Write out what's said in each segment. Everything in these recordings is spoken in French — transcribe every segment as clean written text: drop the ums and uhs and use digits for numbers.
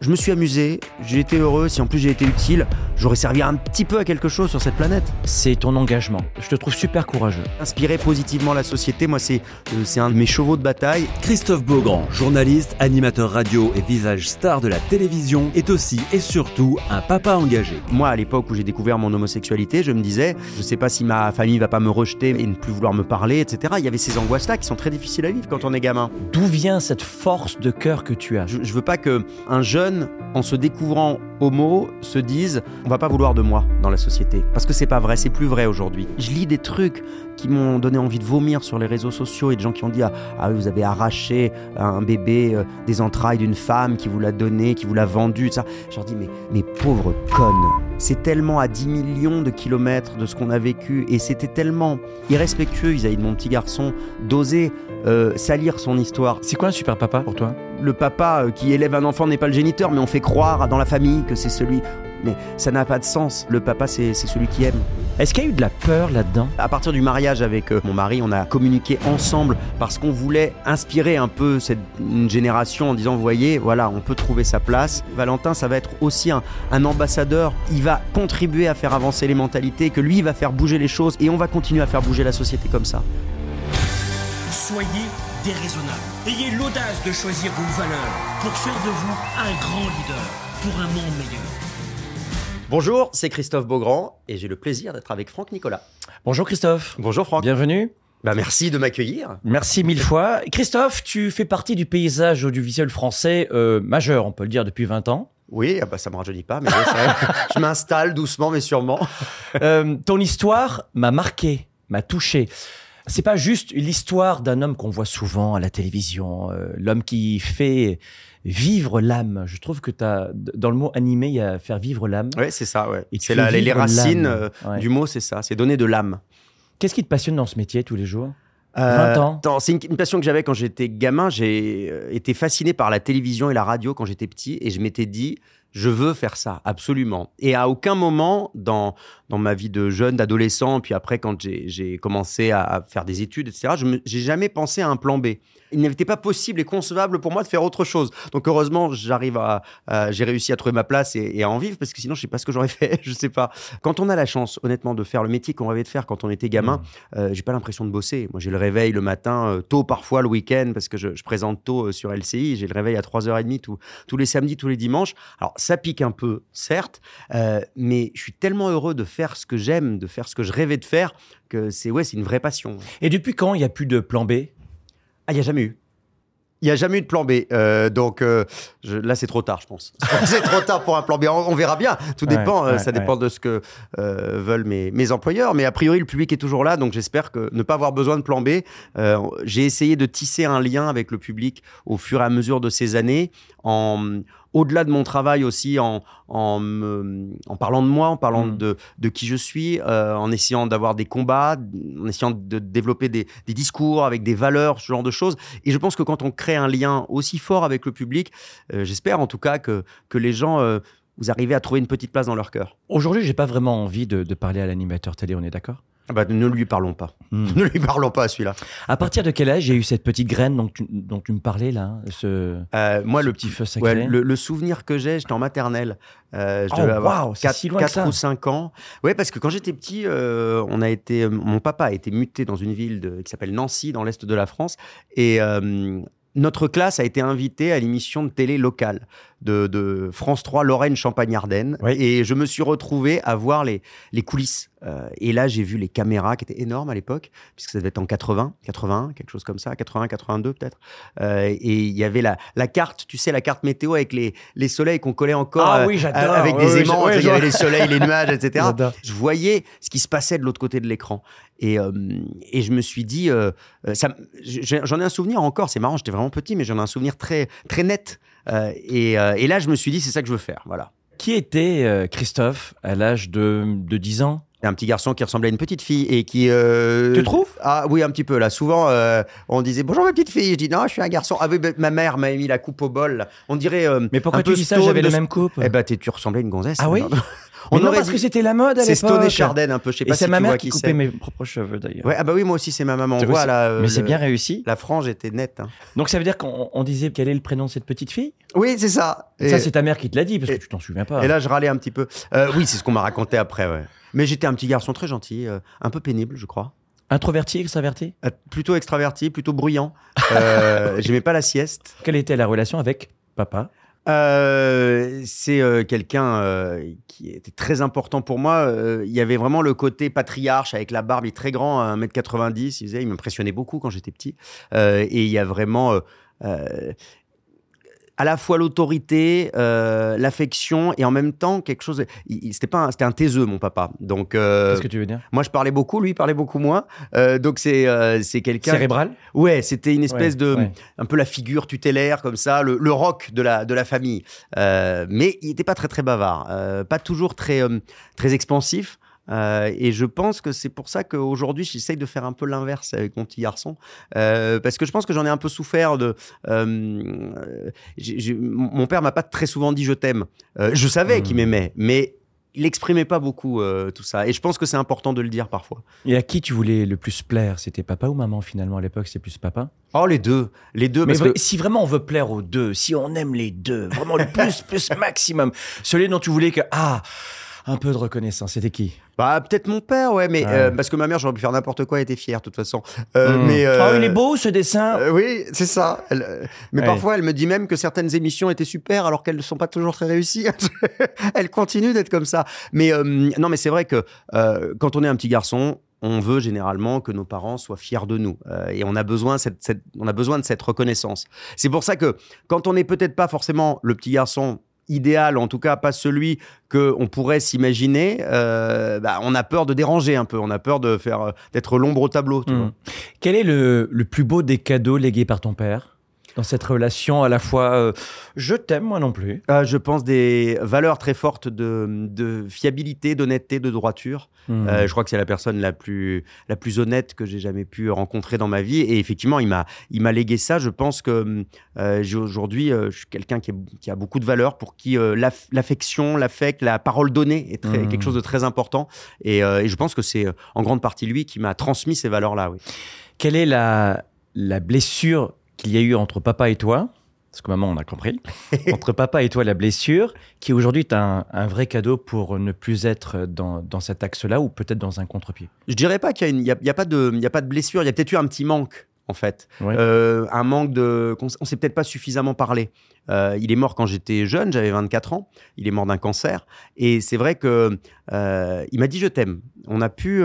Je me suis amusé, j'ai été heureux. Si en plus j'ai été utile, j'aurais servi un petit peu à quelque chose sur cette planète. C'est ton engagement. Je te trouve super courageux. Inspirer positivement la société, moi c'est un de mes chevaux de bataille. Christophe Beaugrand, journaliste, animateur radio et visage star de la télévision, est aussi et surtout un papa engagé. Moi, à l'époque où j'ai découvert mon homosexualité, je me disais, je sais pas si ma famille va pas me rejeter et ne plus vouloir me parler, etc. Il y avait ces angoisses-là qui sont très difficiles à vivre quand on est gamin. D'où vient cette force de cœur que tu as? Je veux pas qu'un jeune, en se découvrant homo, se dise on va pas vouloir de moi dans la société. Parce que c'est pas vrai, c'est plus vrai aujourd'hui. Je lis des trucs qui m'ont donné envie de vomir sur les réseaux sociaux et des gens qui ont dit ah oui, vous avez arraché un bébé des entrailles d'une femme qui vous l'a donné, qui vous l'a vendu, ça. Je leur dis mais pauvre conne, c'est tellement à 10 millions de kilomètres de ce qu'on a vécu et c'était tellement irrespectueux vis-à-vis de mon petit garçon d'oser salir son histoire. C'est quoi un super papa pour toi? Le papa qui élève un enfant n'est pas le géniteur, mais on fait croire dans la famille que c'est celui... Mais ça n'a pas de sens. Le papa, c'est celui qui aime. Est-ce qu'il y a eu de la peur là-dedans? À partir du mariage avec mon mari, on a communiqué ensemble parce qu'on voulait inspirer un peu une génération en disant, vous voyez, voilà, on peut trouver sa place. Valentin, ça va être aussi un ambassadeur. Il va contribuer à faire avancer les mentalités, que lui, il va faire bouger les choses et on va continuer à faire bouger la société comme ça. Soyez déraisonnable. Ayez l'audace de choisir vos valeurs pour faire de vous un grand leader pour un monde meilleur. Bonjour, c'est Christophe Beaugrand et j'ai le plaisir d'être avec Franck Nicolas. Bonjour Christophe. Bonjour Franck. Bienvenue. Merci de m'accueillir. Merci mille fois. Christophe, tu fais partie du paysage audiovisuel français majeur, on peut le dire, depuis 20 ans. Oui, ça ne me rajeunit pas, mais ouais, c'est vrai. Je m'installe doucement mais sûrement. Ton histoire m'a marqué, m'a touché. C'est pas juste l'histoire d'un homme qu'on voit souvent à la télévision, l'homme qui fait vivre l'âme. Je trouve que dans le mot animé, il y a faire vivre l'âme. Oui, c'est ça, ouais. Et c'est les racines du mot, c'est ça, c'est donner de l'âme. Qu'est-ce qui te passionne dans ce métier tous les jours? 20 ans. C'est une passion que j'avais quand j'étais gamin. J'ai été fasciné par la télévision et la radio quand j'étais petit et je m'étais dit, je veux faire ça, absolument. Et à aucun moment dans ma vie de jeune, d'adolescent, puis après quand j'ai commencé à faire des études, etc., j'ai jamais pensé à un plan B. Il n'était pas possible et concevable pour moi de faire autre chose. Donc heureusement, j'ai réussi à trouver ma place et à en vivre, parce que sinon, je sais pas ce que j'aurais fait, je sais pas. Quand on a la chance, honnêtement, de faire le métier qu'on rêvait de faire quand on était gamin, j'ai pas l'impression de bosser. Moi, j'ai le réveil le matin, tôt parfois le week-end, parce que je présente tôt sur LCI. J'ai le réveil à 3h30 tous les samedis, tous les dimanches. Alors, ça pique un peu, certes, mais je suis tellement heureux de faire ce que j'aime, de faire ce que je rêvais de faire, que c'est une vraie passion. Et depuis quand il n'y a plus de plan B? Il n'y a jamais eu. Il n'y a jamais eu de plan B. Donc là, c'est trop tard, je pense. C'est trop tard pour un plan B. On verra bien. Tout dépend. Ça dépend de ce que veulent mes employeurs. Mais a priori, le public est toujours là. Donc j'espère ne pas avoir besoin de plan B. J'ai essayé de tisser un lien avec le public au fur et à mesure de ces années, au-delà de mon travail aussi, en parlant de moi, en parlant de qui je suis, en essayant d'avoir des combats, en essayant de développer des discours avec des valeurs, ce genre de choses. Et je pense que quand on crée un lien aussi fort avec le public, j'espère en tout cas que les gens, vous arrivez à trouver une petite place dans leur cœur. Aujourd'hui, j'ai pas vraiment envie de parler à l'animateur télé, on est d'accord? Ne lui parlons pas. Ne lui parlons pas à celui-là. À partir de quel âge j'ai eu cette petite graine dont tu me parlais là, moi, ce petit feu sacré? Le souvenir que j'étais en maternelle. Je devais avoir 4 ou 5 ans. Oui, parce que quand j'étais petit, mon papa a été muté dans une ville qui s'appelle Nancy, dans l'est de la France. Et notre classe a été invitée à l'émission de télé locale de France 3 Lorraine Champagne-Ardenne. Oui. Et je me suis retrouvé à voir les coulisses. Et là, j'ai vu les caméras qui étaient énormes à l'époque, puisque ça devait être en 81, quelque chose comme ça, 80, 82 peut-être. Et il y avait la carte, tu sais, la carte météo avec les soleils qu'on collait encore oui, j'adore. Avec des aimants. Il y avait les soleils, les nuages, etc. Je voyais ce qui se passait de l'autre côté de l'écran. Et je me suis dit, j'en ai un souvenir encore, c'est marrant, j'étais vraiment petit, mais j'en ai un souvenir très, très net. Et là, je me suis dit, c'est ça que je veux faire, voilà. Qui était Christophe à l'âge de 10 ans? Un petit garçon qui ressemblait à une petite fille et qui... Tu trouves? Ah oui, un petit peu. Là, souvent, on disait « Bonjour ma petite fille ». Je dis « Non, je suis un garçon ». Ah oui, ma mère m'avait mis la coupe au bol. On dirait mais pourquoi tu dis ça? J'avais la même coupe. Eh ben, tu ressemblais à une gonzesse. Ah oui? Mais non, aurait parce dit- que c'était la mode à C'est l'époque. Stone et Chardin un peu, je sais Et pas c'est si ma tu mère vois qui qui coupait c'est. mes propres cheveux d'ailleurs. Ouais, ah bah oui, moi aussi c'est ma maman. C'est vrai, Voilà, mais c'est bien réussi. La frange était nette. Hein. Donc ça veut dire qu'on disait quel est le prénom de cette petite fille. Oui, c'est ça. Et ça, c'est ta mère qui te l'a dit parce que et- tu t'en souviens pas. Et là, je râlais un petit peu. Oui, c'est ce qu'on m'a raconté après, ouais. Mais j'étais un petit garçon très gentil, un peu pénible, je crois. Introverti, extraverti. Plutôt extraverti, plutôt bruyant. J'aimais pas la sieste. Quelle était la relation avec papa? C'est quelqu'un qui était très important pour moi. Il y avait vraiment le côté patriarche avec la barbe. Il est très grand, 1m90. Il m'impressionnait beaucoup quand j'étais petit. Et il y a vraiment à la fois l'autorité, l'affection et en même temps quelque chose. C'était un taiseux, mon papa. Donc, Qu'est-ce que tu veux dire? moi, je parlais beaucoup, lui, il parlait beaucoup moins. Donc, c'est quelqu'un. Cérébral? Ouais, c'était une espèce Ouais, de. ouais. Un peu la figure tutélaire, comme ça, le rock de la famille. Mais il n'était pas très, très bavard. Pas toujours très, très expansif. Et je pense que c'est pour ça qu'aujourd'hui, j'essaye de faire un peu l'inverse avec mon petit garçon. Parce que je pense que j'en ai un peu souffert de. Mon père m'a pas très souvent dit je t'aime. Je savais qu'il m'aimait, mais il n'exprimait pas beaucoup tout ça. Et je pense que c'est important de le dire parfois. Et à qui tu voulais le plus plaire? C'était papa ou maman finalement à l'époque? C'est plus papa? Oh, les deux. Les deux, Mais parce que. si vraiment on veut plaire aux deux, si on aime les deux, vraiment le plus maximum, celui dont tu voulais que un peu de reconnaissance, c'était qui? Bah, peut-être mon père, ouais, mais Ouais. parce que ma mère, j'aurais pu faire n'importe quoi, elle était fière, de toute façon. Mais Mais, oh, il est beau ce dessin. oui, c'est ça. Mais Ouais. parfois, elle me dit même que certaines émissions étaient super alors qu'elles ne sont pas toujours très réussies. Elle continue d'être comme ça. Mais non, mais c'est vrai que quand on est un petit garçon, on veut généralement que nos parents soient fiers de nous. Et on a besoin de cette reconnaissance. C'est pour ça que quand on n'est peut-être pas forcément le petit garçon idéal, en tout cas pas celui qu'on pourrait s'imaginer, on a peur de déranger un peu, on a peur d'être l'ombre au tableau. Tu vois. Quel est le plus beau des cadeaux légués par ton père dans cette relation à la fois je t'aime moi non plus? Je pense des valeurs très fortes de fiabilité, d'honnêteté, de droiture. Je crois que c'est la personne la plus honnête que j'ai jamais pu rencontrer dans ma vie. Et effectivement, il m'a légué ça. Je pense que aujourd'hui, je suis quelqu'un qui a beaucoup de valeurs, pour qui l'affection, l'affect, la parole donnée est quelque chose de très important. Et je pense que c'est en grande partie lui qui m'a transmis ces valeurs-là. Oui. Quelle est la blessure qu'il y a eu entre papa et toi? Parce que maman, on a compris. Entre papa et toi, la blessure, qui aujourd'hui est un vrai cadeau pour ne plus être dans cet axe-là ou peut-être dans un contre-pied. Je dirais pas qu'il y a pas de blessure. Il y a peut-être eu un petit manque, en fait. Ouais. Un manque on s'est peut-être pas suffisamment parlé. Il est mort quand j'étais jeune, j'avais 24 ans. Il est mort d'un cancer. Et c'est vrai que il m'a dit je t'aime. On a pu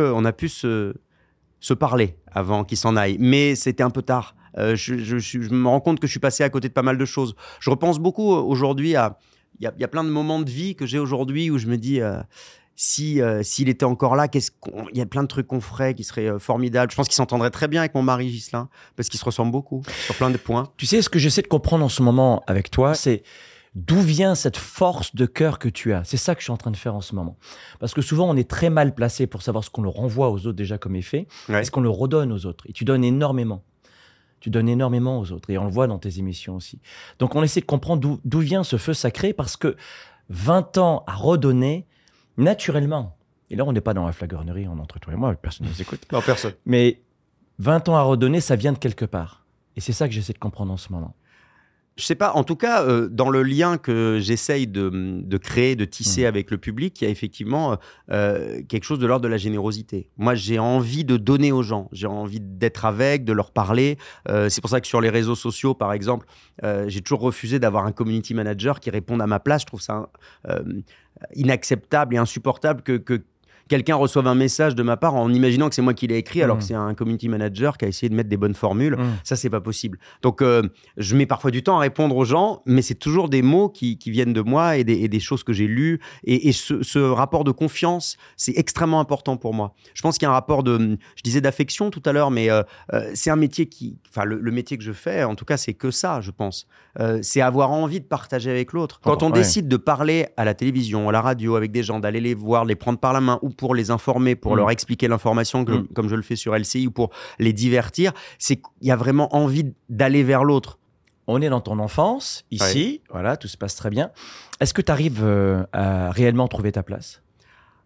se parler avant qu'il s'en aille. Mais c'était un peu tard. Je me rends compte que je suis passé à côté de pas mal de choses. Je repense beaucoup aujourd'hui à... Il y a plein de moments de vie que j'ai aujourd'hui où je me dis... s'il était encore là, il y a plein de trucs qu'on ferait qui seraient formidables. Je pense qu'il s'entendrait très bien avec mon mari Ghislain, parce qu'ils se ressemblent beaucoup sur plein de points. Tu sais, ce que j'essaie de comprendre en ce moment avec toi, c'est d'où vient cette force de cœur que tu as. C'est ça que je suis en train de faire en ce moment. Parce que souvent, on est très mal placé pour savoir ce qu'on le renvoie aux autres déjà comme effet, Ouais. et ce qu'on le redonne aux autres. Et tu donnes énormément. Tu donnes énormément aux autres. Et on le voit dans tes émissions aussi. Donc, on essaie de comprendre d'où vient ce feu sacré, parce que 20 ans à redonner, naturellement, et là, on n'est pas dans la flagornerie, entre toi et moi, personne ne nous écoute. Non, personne. Mais 20 ans à redonner, ça vient de quelque part. Et c'est ça que j'essaie de comprendre en ce moment. Je sais pas, en tout cas, dans le lien que j'essaye de créer, de tisser avec le public, il y a effectivement quelque chose de l'ordre de la générosité. Moi, j'ai envie de donner aux gens, j'ai envie d'être avec, de leur parler. C'est pour ça que sur les réseaux sociaux, par exemple, j'ai toujours refusé d'avoir un community manager qui réponde à ma place. Je trouve ça inacceptable et insupportable que quelqu'un reçoive un message de ma part en imaginant que c'est moi qui l'ai écrit, alors que c'est un community manager qui a essayé de mettre des bonnes formules. Ça, c'est pas possible. Donc, je mets parfois du temps à répondre aux gens, mais c'est toujours des mots qui viennent de moi et des choses que j'ai lues. Et ce rapport de confiance, c'est extrêmement important pour moi. Je pense qu'il y a un rapport je disais d'affection tout à l'heure, mais c'est un métier enfin, le métier que je fais, en tout cas, c'est que ça, je pense. C'est avoir envie de partager avec l'autre. Quand on décide de parler à la télévision, à la radio, avec des gens, d'aller les voir, les prendre par la main, ou pour les informer, pour leur expliquer l'information, comme je le fais sur LCI, ou pour les divertir, c'est qu'il y a vraiment envie d'aller vers l'autre. On est dans ton enfance, ici, voilà, tout se passe très bien. Est-ce que tu arrives à réellement trouver ta place?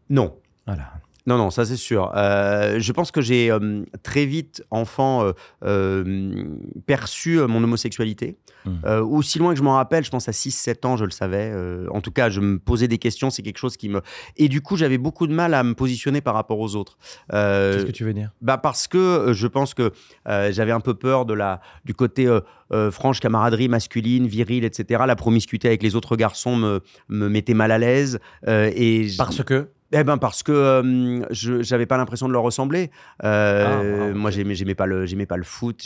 Non. Voilà. Non, ça c'est sûr. Je pense que j'ai très vite, enfant, perçu mon homosexualité. Aussi loin que je m'en rappelle, je pense à 6-7 ans, je le savais. En tout cas, je me posais des questions, c'est quelque chose qui me... Et du coup, j'avais beaucoup de mal à me positionner par rapport aux autres. Qu'est-ce que tu veux dire ? Parce que je pense que j'avais un peu peur du côté franche camaraderie masculine, virile, etc. La promiscuité avec les autres garçons me mettait mal à l'aise. Parce que Parce que j'avais pas l'impression de leur ressembler. Okay. Moi, j'aimais pas le foot.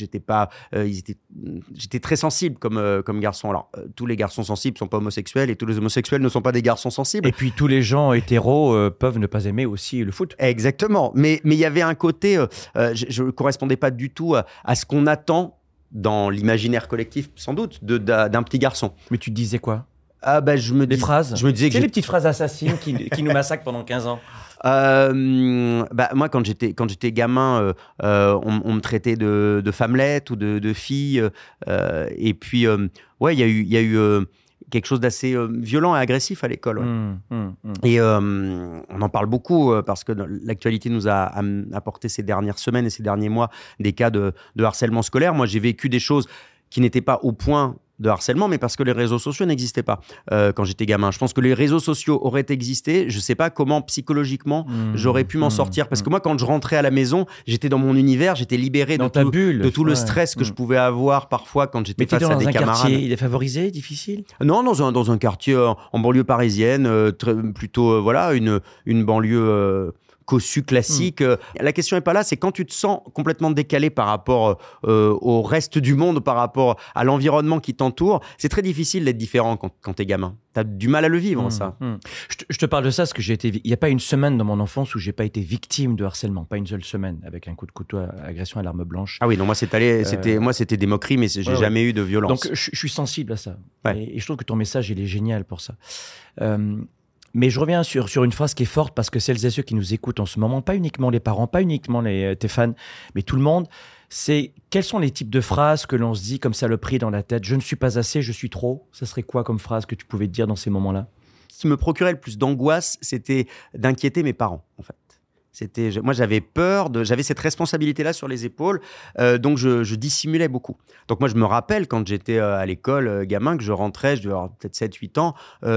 J'étais très sensible comme garçon. Alors, tous les garçons sensibles sont pas homosexuels et tous les homosexuels ne sont pas des garçons sensibles. Et puis tous les gens hétéros peuvent ne pas aimer aussi le foot. Exactement. Mais il y avait un côté, je correspondais pas du tout à ce qu'on attend dans l'imaginaire collectif, sans doute, d'un petit garçon. Mais tu te disais quoi ? Des phrases. Je me disais que les petites phrases assassines qui nous massacrent pendant 15 ans. Moi, quand j'étais gamin, on me traitait de femmelette ou de fille. Et puis, il y a eu quelque chose d'assez violent et agressif à l'école. Ouais. Et on en parle beaucoup parce que l'actualité nous a apporté ces dernières semaines et ces derniers mois des cas de harcèlement scolaire. Moi, j'ai vécu des choses qui n'étaient pas au point de harcèlement, mais parce que les réseaux sociaux n'existaient pas quand j'étais gamin. Je pense que les réseaux sociaux auraient existé, je ne sais pas comment psychologiquement j'aurais pu m'en sortir. Parce que moi, quand je rentrais à la maison, j'étais dans mon univers, j'étais libéré de tout le stress que je pouvais avoir parfois quand j'étais face à des camarades. Mais tu étais dans un quartier défavorisé, difficile ? Non, dans un quartier en banlieue parisienne, plutôt une banlieue... cossu classique. La question n'est pas là, c'est quand tu te sens complètement décalé par rapport au reste du monde, par rapport à l'environnement qui t'entoure. C'est très difficile d'être différent quand t'es gamin. T'as du mal à le vivre, ça. Je te parle de ça parce que il n'y a pas une semaine dans mon enfance où j'ai pas été victime de harcèlement. Pas une seule semaine avec un coup de couteau, agression à l'arme blanche. Ah oui, non, moi c'était des moqueries, mais j'ai jamais eu de violence. Donc je suis sensible à ça. Ouais. Et je trouve que ton message, il est génial pour ça. Mais je reviens sur une phrase qui est forte parce que celles et ceux qui nous écoutent en ce moment, pas uniquement les parents, pas uniquement tes fans, mais tout le monde, c'est quels sont les types de phrases que l'on se dit comme saloperie dans la tête ? Je ne suis pas assez, je suis trop. Ça serait quoi comme phrase que tu pouvais te dire dans ces moments-là ? Ce qui me procurait le plus d'angoisse, c'était d'inquiéter mes parents, en fait. Moi, j'avais peur, j'avais cette responsabilité-là sur les épaules, donc je dissimulais beaucoup. Donc moi, je me rappelle quand j'étais à l'école, gamin, que je rentrais, je devais avoir peut-être 7-8 ans,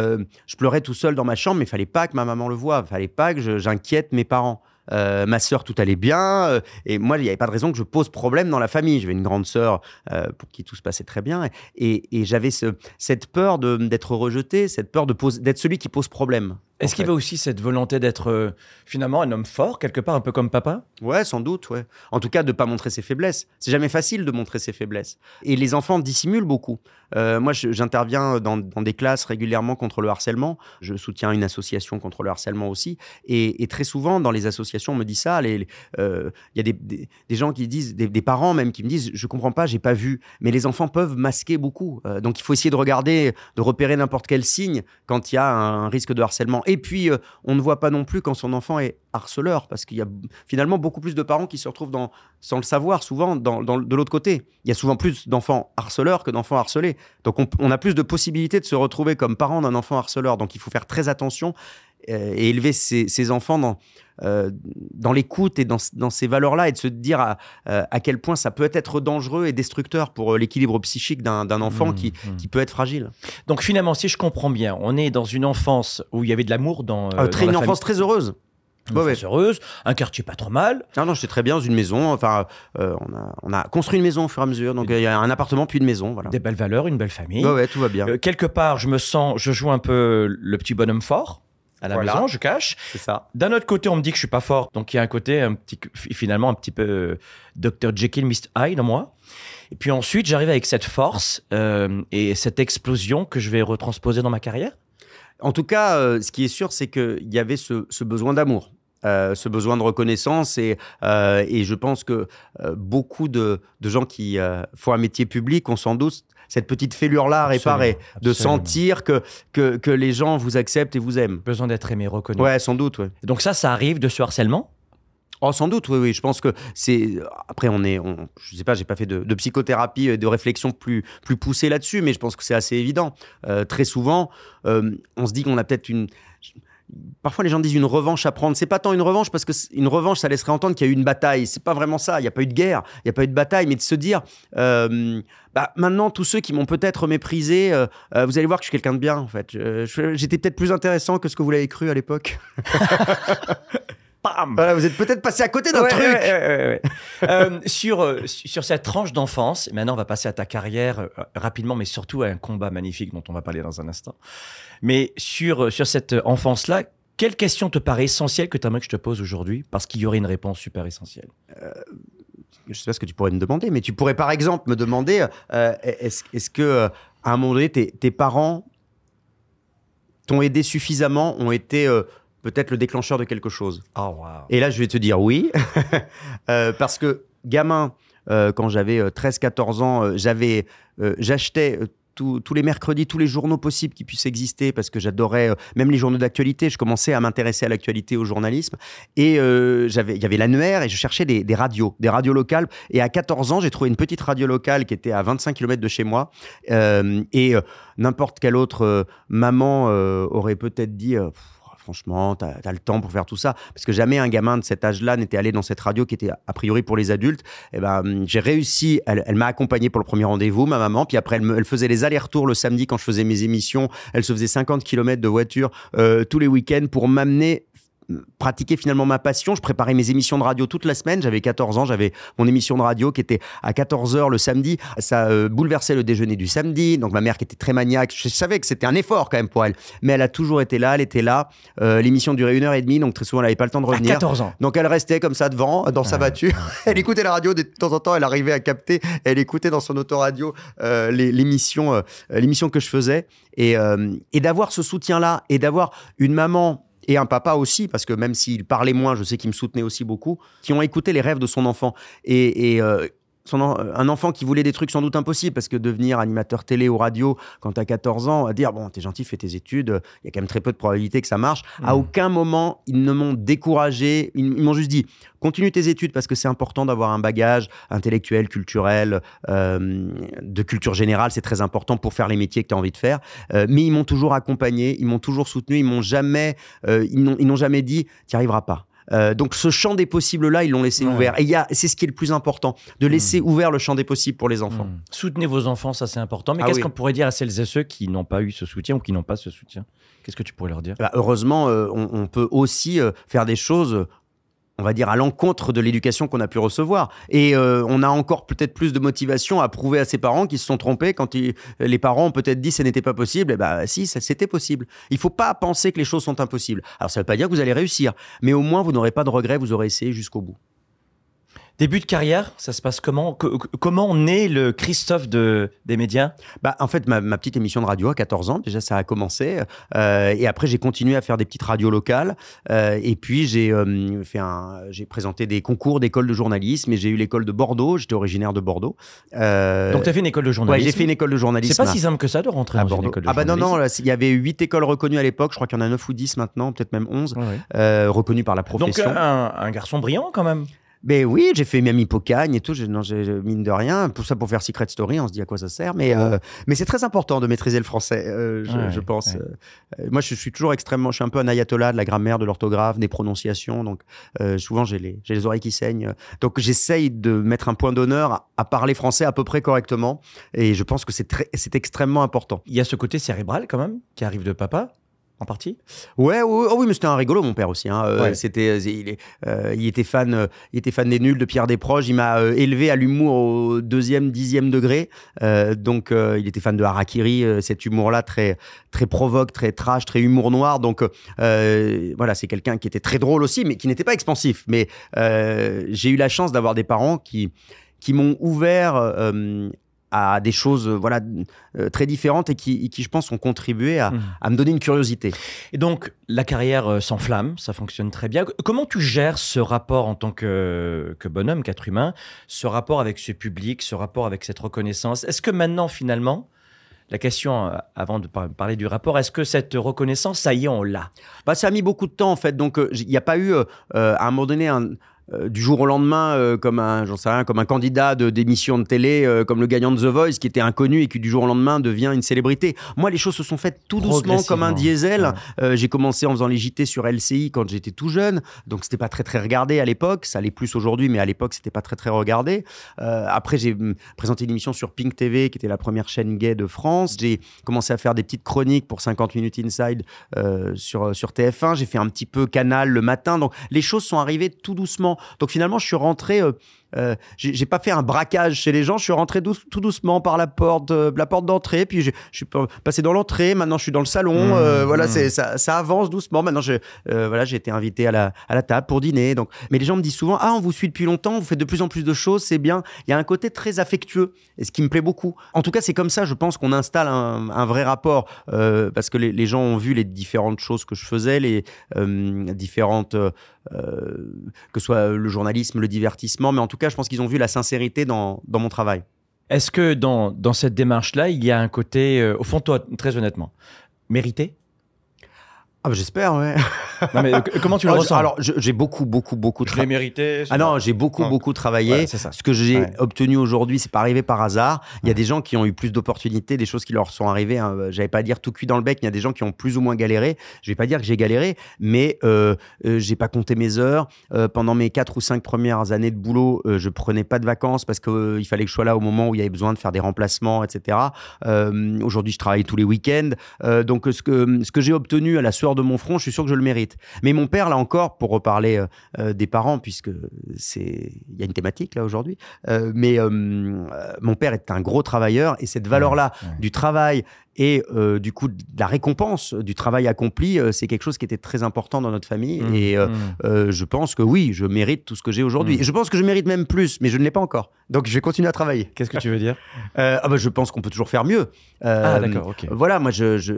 je pleurais tout seul dans ma chambre, mais il fallait pas que ma maman le voie, il fallait pas que j'inquiète mes parents. Ma sœur, tout allait bien, et moi, il n'y avait pas de raison que je pose problème dans la famille. J'avais une grande sœur pour qui tout se passait très bien, et j'avais cette peur d'être rejeté, cette peur d'être celui qui pose problème. Est-ce qu'il y avait aussi cette volonté d'être finalement un homme fort, quelque part, un peu comme papa ? Ouais, sans doute, ouais. En tout cas, de ne pas montrer ses faiblesses. C'est jamais facile de montrer ses faiblesses. Et les enfants dissimulent beaucoup. Moi, j'interviens dans des classes régulièrement contre le harcèlement. Je soutiens une association contre le harcèlement aussi. Et très souvent, dans les associations, on me dit ça. Il y a des gens qui disent, des parents même, qui me disent « je comprends pas, j'ai pas vu ». Mais les enfants peuvent masquer beaucoup. Donc, il faut essayer de repérer n'importe quel signe quand il y a un risque de harcèlement. Et puis, on ne voit pas non plus quand son enfant est harceleur, parce qu'il y a finalement beaucoup plus de parents qui se retrouvent sans le savoir, souvent de l'autre côté. Il y a souvent plus d'enfants harceleurs que d'enfants harcelés. Donc, on a plus de possibilités de se retrouver comme parent d'un enfant harceleur. Donc, il faut faire très attention et élever ses enfants dans l'écoute et dans ces valeurs-là, et de se dire à quel point ça peut être dangereux et destructeur pour l'équilibre psychique d'un enfant qui peut être fragile. Donc finalement, si je comprends bien, on est dans une enfance où il y avait de l'amour dans une enfance très heureuse. Une enfance heureuse, un quartier pas trop mal. Non, j'étais très bien dans une maison. Enfin, on a construit une maison au fur et à mesure. Donc, il y a un appartement puis une maison. Voilà. Des belles valeurs, une belle famille. Ouais, tout va bien. Quelque part, je joue un peu le petit bonhomme fort. À la maison, je cache. C'est ça. D'un autre côté, on me dit que je suis pas fort. Donc, il y a un côté finalement un petit peu Dr. Jekyll, Mr. Hyde en moi. Et puis ensuite, j'arrive avec cette force et cette explosion que je vais retransposer dans ma carrière. En tout cas, ce qui est sûr, c'est qu'il y avait ce besoin d'amour. Ce besoin de reconnaissance et je pense que beaucoup de gens qui font un métier public ont sans doute cette petite fêlure-là à réparer, de sentir que les gens vous acceptent et vous aiment. Besoin d'être aimé, reconnu. Ouais, sans doute, ouais. Donc ça arrive de ce harcèlement ? Oh, sans doute, oui. Je pense que c'est... Après, je sais pas, j'ai pas fait de psychothérapie et de réflexion plus poussée là-dessus, mais je pense que c'est assez évident. Très souvent, on se dit qu'on a peut-être parfois les gens disent une revanche à prendre. C'est pas tant une revanche parce que une revanche, ça laisserait entendre qu'il y a eu une bataille. C'est pas vraiment ça. Il y a pas eu de guerre, il y a pas eu de bataille, mais de se dire, maintenant tous ceux qui m'ont peut-être méprisé, vous allez voir que je suis quelqu'un de bien en fait. J'étais peut-être plus intéressant que ce que vous l'avez cru à l'époque. Bam. Voilà, vous êtes peut-être passé à côté d'un truc. Ouais. Sur cette tranche d'enfance, maintenant on va passer à ta carrière rapidement, mais surtout à un combat magnifique dont on va parler dans un instant. Mais sur cette enfance-là, quelle question te paraît essentielle que tu aimerais que je te pose aujourd'hui? Parce qu'il y aurait une réponse super essentielle. Je sais pas ce que tu pourrais me demander, mais tu pourrais par exemple me demander est-ce que à un moment donné tes parents t'ont aidé suffisamment, ont été peut-être le déclencheur de quelque chose. Oh, wow. Et là, je vais te dire oui. Parce que gamin, quand j'avais 13-14 ans, j'achetais tous les mercredis, tous les journaux possibles qui puissent exister, parce que j'adorais même les journaux d'actualité. Je commençais à m'intéresser à l'actualité, au journalisme. Et il y avait l'annuaire et je cherchais des radios locales. Et à 14 ans, j'ai trouvé une petite radio locale qui était à 25 km de chez moi. N'importe quelle autre maman aurait peut-être dit... franchement, t'as le temps pour faire tout ça. Parce que jamais un gamin de cet âge-là n'était allé dans cette radio qui était a priori pour les adultes. Et j'ai réussi. Elle m'a accompagné pour le premier rendez-vous, ma maman. Puis après, elle faisait les allers-retours le samedi quand je faisais mes émissions. Elle se faisait 50 km de voiture tous les week-ends pour m'amener pratiquer finalement ma passion. Je préparais mes émissions de radio toute la semaine. J'avais 14 ans, j'avais mon émission de radio qui était à 14h le samedi. Ça bouleversait le déjeuner du samedi. Donc ma mère qui était très maniaque, je savais que c'était un effort quand même pour elle. Mais elle a toujours été là, elle était là. L'émission durait 1h30, donc très souvent elle n'avait pas le temps de revenir. À 14 ans. Donc elle restait comme ça devant, dans sa voiture. Elle écoutait la radio, de temps en temps elle arrivait à capter. Elle écoutait dans son autoradio l'émission que je faisais. Et d'avoir ce soutien-là et d'avoir une maman et un papa aussi, parce que même s'il parlait moins, je sais qu'il me soutenait aussi beaucoup, qui ont écouté les rêves de son enfant. Un enfant qui voulait des trucs sans doute impossibles, parce que devenir animateur télé ou radio quand t'as 14 ans, dire bon, t'es gentil, fais tes études, il y a quand même très peu de probabilité que ça marche. À aucun moment, ils ne m'ont découragé, ils m'ont juste dit continue tes études parce que c'est important d'avoir un bagage intellectuel, culturel, de culture générale, c'est très important pour faire les métiers que tu as envie de faire. Mais ils m'ont toujours accompagné, ils m'ont toujours soutenu, ils n'ont jamais dit tu n'y arriveras pas. Donc ce champ des possibles-là, ils l'ont laissé ouvert. Et c'est ce qui est le plus important, de laisser ouvert le champ des possibles pour les enfants. Soutenez vos enfants, ça c'est important. Mais qu'est-ce qu'on pourrait dire à celles et ceux qui n'ont pas eu ce soutien ou qui n'ont pas ce soutien? Qu'est-ce que tu pourrais leur dire? Heureusement, on peut aussi faire des choses, on va dire, à l'encontre de l'éducation qu'on a pu recevoir. Et on a encore peut-être plus de motivation à prouver à ses parents qu'ils se sont trompés quand les parents ont peut-être dit que ce n'était pas possible. Si, c'était possible. Il ne faut pas penser que les choses sont impossibles. Alors, ça ne veut pas dire que vous allez réussir, mais au moins, vous n'aurez pas de regrets, vous aurez essayé jusqu'au bout. Début de carrière, ça se passe comment? Comment naît le Christophe des médias? En fait, ma petite émission de radio à 14 ans, déjà, ça a commencé. Et après, j'ai continué à faire des petites radios locales. Et puis, j'ai présenté des concours d'école de journalisme. Et j'ai eu l'école de Bordeaux. J'étais originaire de Bordeaux. Donc, tu as fait une école de journalisme? Ouais, j'ai fait une école de journalisme. C'est pas si simple que ça de rentrer dans une école de journalisme. Non, il y avait 8 écoles reconnues à l'époque. Je crois qu'il y en a 9 ou 10 maintenant, peut-être même 11, reconnues par la profession. Donc, un garçon brillant quand même. Ben oui, j'ai fait même Hippocagne et tout, j'ai mine de rien, pour faire Secret Story, on se dit à quoi ça sert, mais c'est très important de maîtriser le français, je pense. Ouais. Moi, je suis toujours je suis un peu un ayatollah de la grammaire, de l'orthographe, des prononciations, donc souvent j'ai les oreilles qui saignent. Donc j'essaye de mettre un point d'honneur à parler français à peu près correctement, et je pense que c'est extrêmement important. Il y a ce côté cérébral quand même, qui arrive de papa en partie? Oui, mais c'était un rigolo, mon père aussi. Il était fan des nuls, de Pierre Desproges. Il m'a élevé à l'humour au 2e, 10e degré. Donc, il était fan de Harakiri, cet humour-là très, très provoque, très trash, très humour noir. Donc, c'est quelqu'un qui était très drôle aussi, mais qui n'était pas expansif. Mais j'ai eu la chance d'avoir des parents qui m'ont ouvert à des choses très différentes et qui, je pense, ont contribué à me donner une curiosité. Et donc, la carrière s'enflamme, ça fonctionne très bien. Comment tu gères ce rapport en tant que bonhomme, qu'être humain, ce rapport avec ce public, ce rapport avec cette reconnaissance? Est-ce que maintenant, finalement, la question, avant de parler du rapport, est-ce que cette reconnaissance, ça y est, on l'a? Ça a mis beaucoup de temps, en fait. Donc, il n'y a pas eu, à un moment donné, du jour au lendemain, comme un candidat d'émission de télé, comme le gagnant de The Voice, qui était inconnu et qui du jour au lendemain devient une célébrité. Moi, les choses se sont faites tout doucement, comme un diesel. Ouais. J'ai commencé en faisant les JT sur LCI quand j'étais tout jeune, donc c'était pas très très regardé à l'époque. Ça l'est plus aujourd'hui, mais à l'époque c'était pas très très regardé. Après, j'ai présenté une émission sur Pink TV, qui était la première chaîne gay de France. J'ai commencé à faire des petites chroniques pour 50 Minutes Inside sur TF1. J'ai fait un petit peu Canal le matin. Donc les choses sont arrivées tout doucement. Donc finalement, je suis rentré. J'ai pas fait un braquage chez les gens. Je suis rentré tout doucement par la porte d'entrée. Puis je suis passé dans l'entrée. Maintenant, je suis dans le salon. Voilà, ça avance doucement. Maintenant, j'ai été invité à la table pour dîner. Donc, mais les gens me disent souvent, on vous suit depuis longtemps. Vous faites de plus en plus de choses. C'est bien. Il y a un côté très affectueux, et ce qui me plaît beaucoup. En tout cas, c'est comme ça. Je pense qu'on installe un vrai rapport parce que les gens ont vu les différentes choses que je faisais, les différentes que ce soit le journalisme, le divertissement, mais en tout cas, je pense qu'ils ont vu la sincérité dans mon travail. Est-ce que dans cette démarche-là, il y a un côté, au fond, toi, très honnêtement, mérité ? J'espère, ouais. Non, mais comment tu le ressens ? Alors, j'ai beaucoup Je l'ai mérité. j'ai beaucoup travaillé. Ouais, c'est ça. Ce que j'ai obtenu aujourd'hui, c'est pas arrivé par hasard. Il y a des gens qui ont eu plus d'opportunités, des choses qui leur sont arrivées. J'allais pas dire tout cuit dans le bec. Il y a des gens qui ont plus ou moins galéré. Je vais pas dire que j'ai galéré, mais j'ai pas compté mes heures. Pendant mes 4 ou 5 premières années de boulot, je prenais pas de vacances parce que il fallait que je sois là au moment où il y avait besoin de faire des remplacements, etc. Aujourd'hui, je travaille tous les week-ends. Donc, ce que j'ai obtenu à la sueur de mon front, je suis sûr que je le mérite. Mais mon père, là encore, pour reparler des parents, puisque il y a une thématique là aujourd'hui, mais mon père est un gros travailleur, et cette valeur-là du travail et du coup de la récompense du travail accompli, c'est quelque chose qui était très important dans notre famille. Et je pense que oui, je mérite tout ce que j'ai aujourd'hui. Et je pense que je mérite même plus, mais je ne l'ai pas encore. Donc je vais continuer à travailler. Qu'est-ce que tu veux dire ? Je pense qu'on peut toujours faire mieux. D'accord, ok. Voilà, moi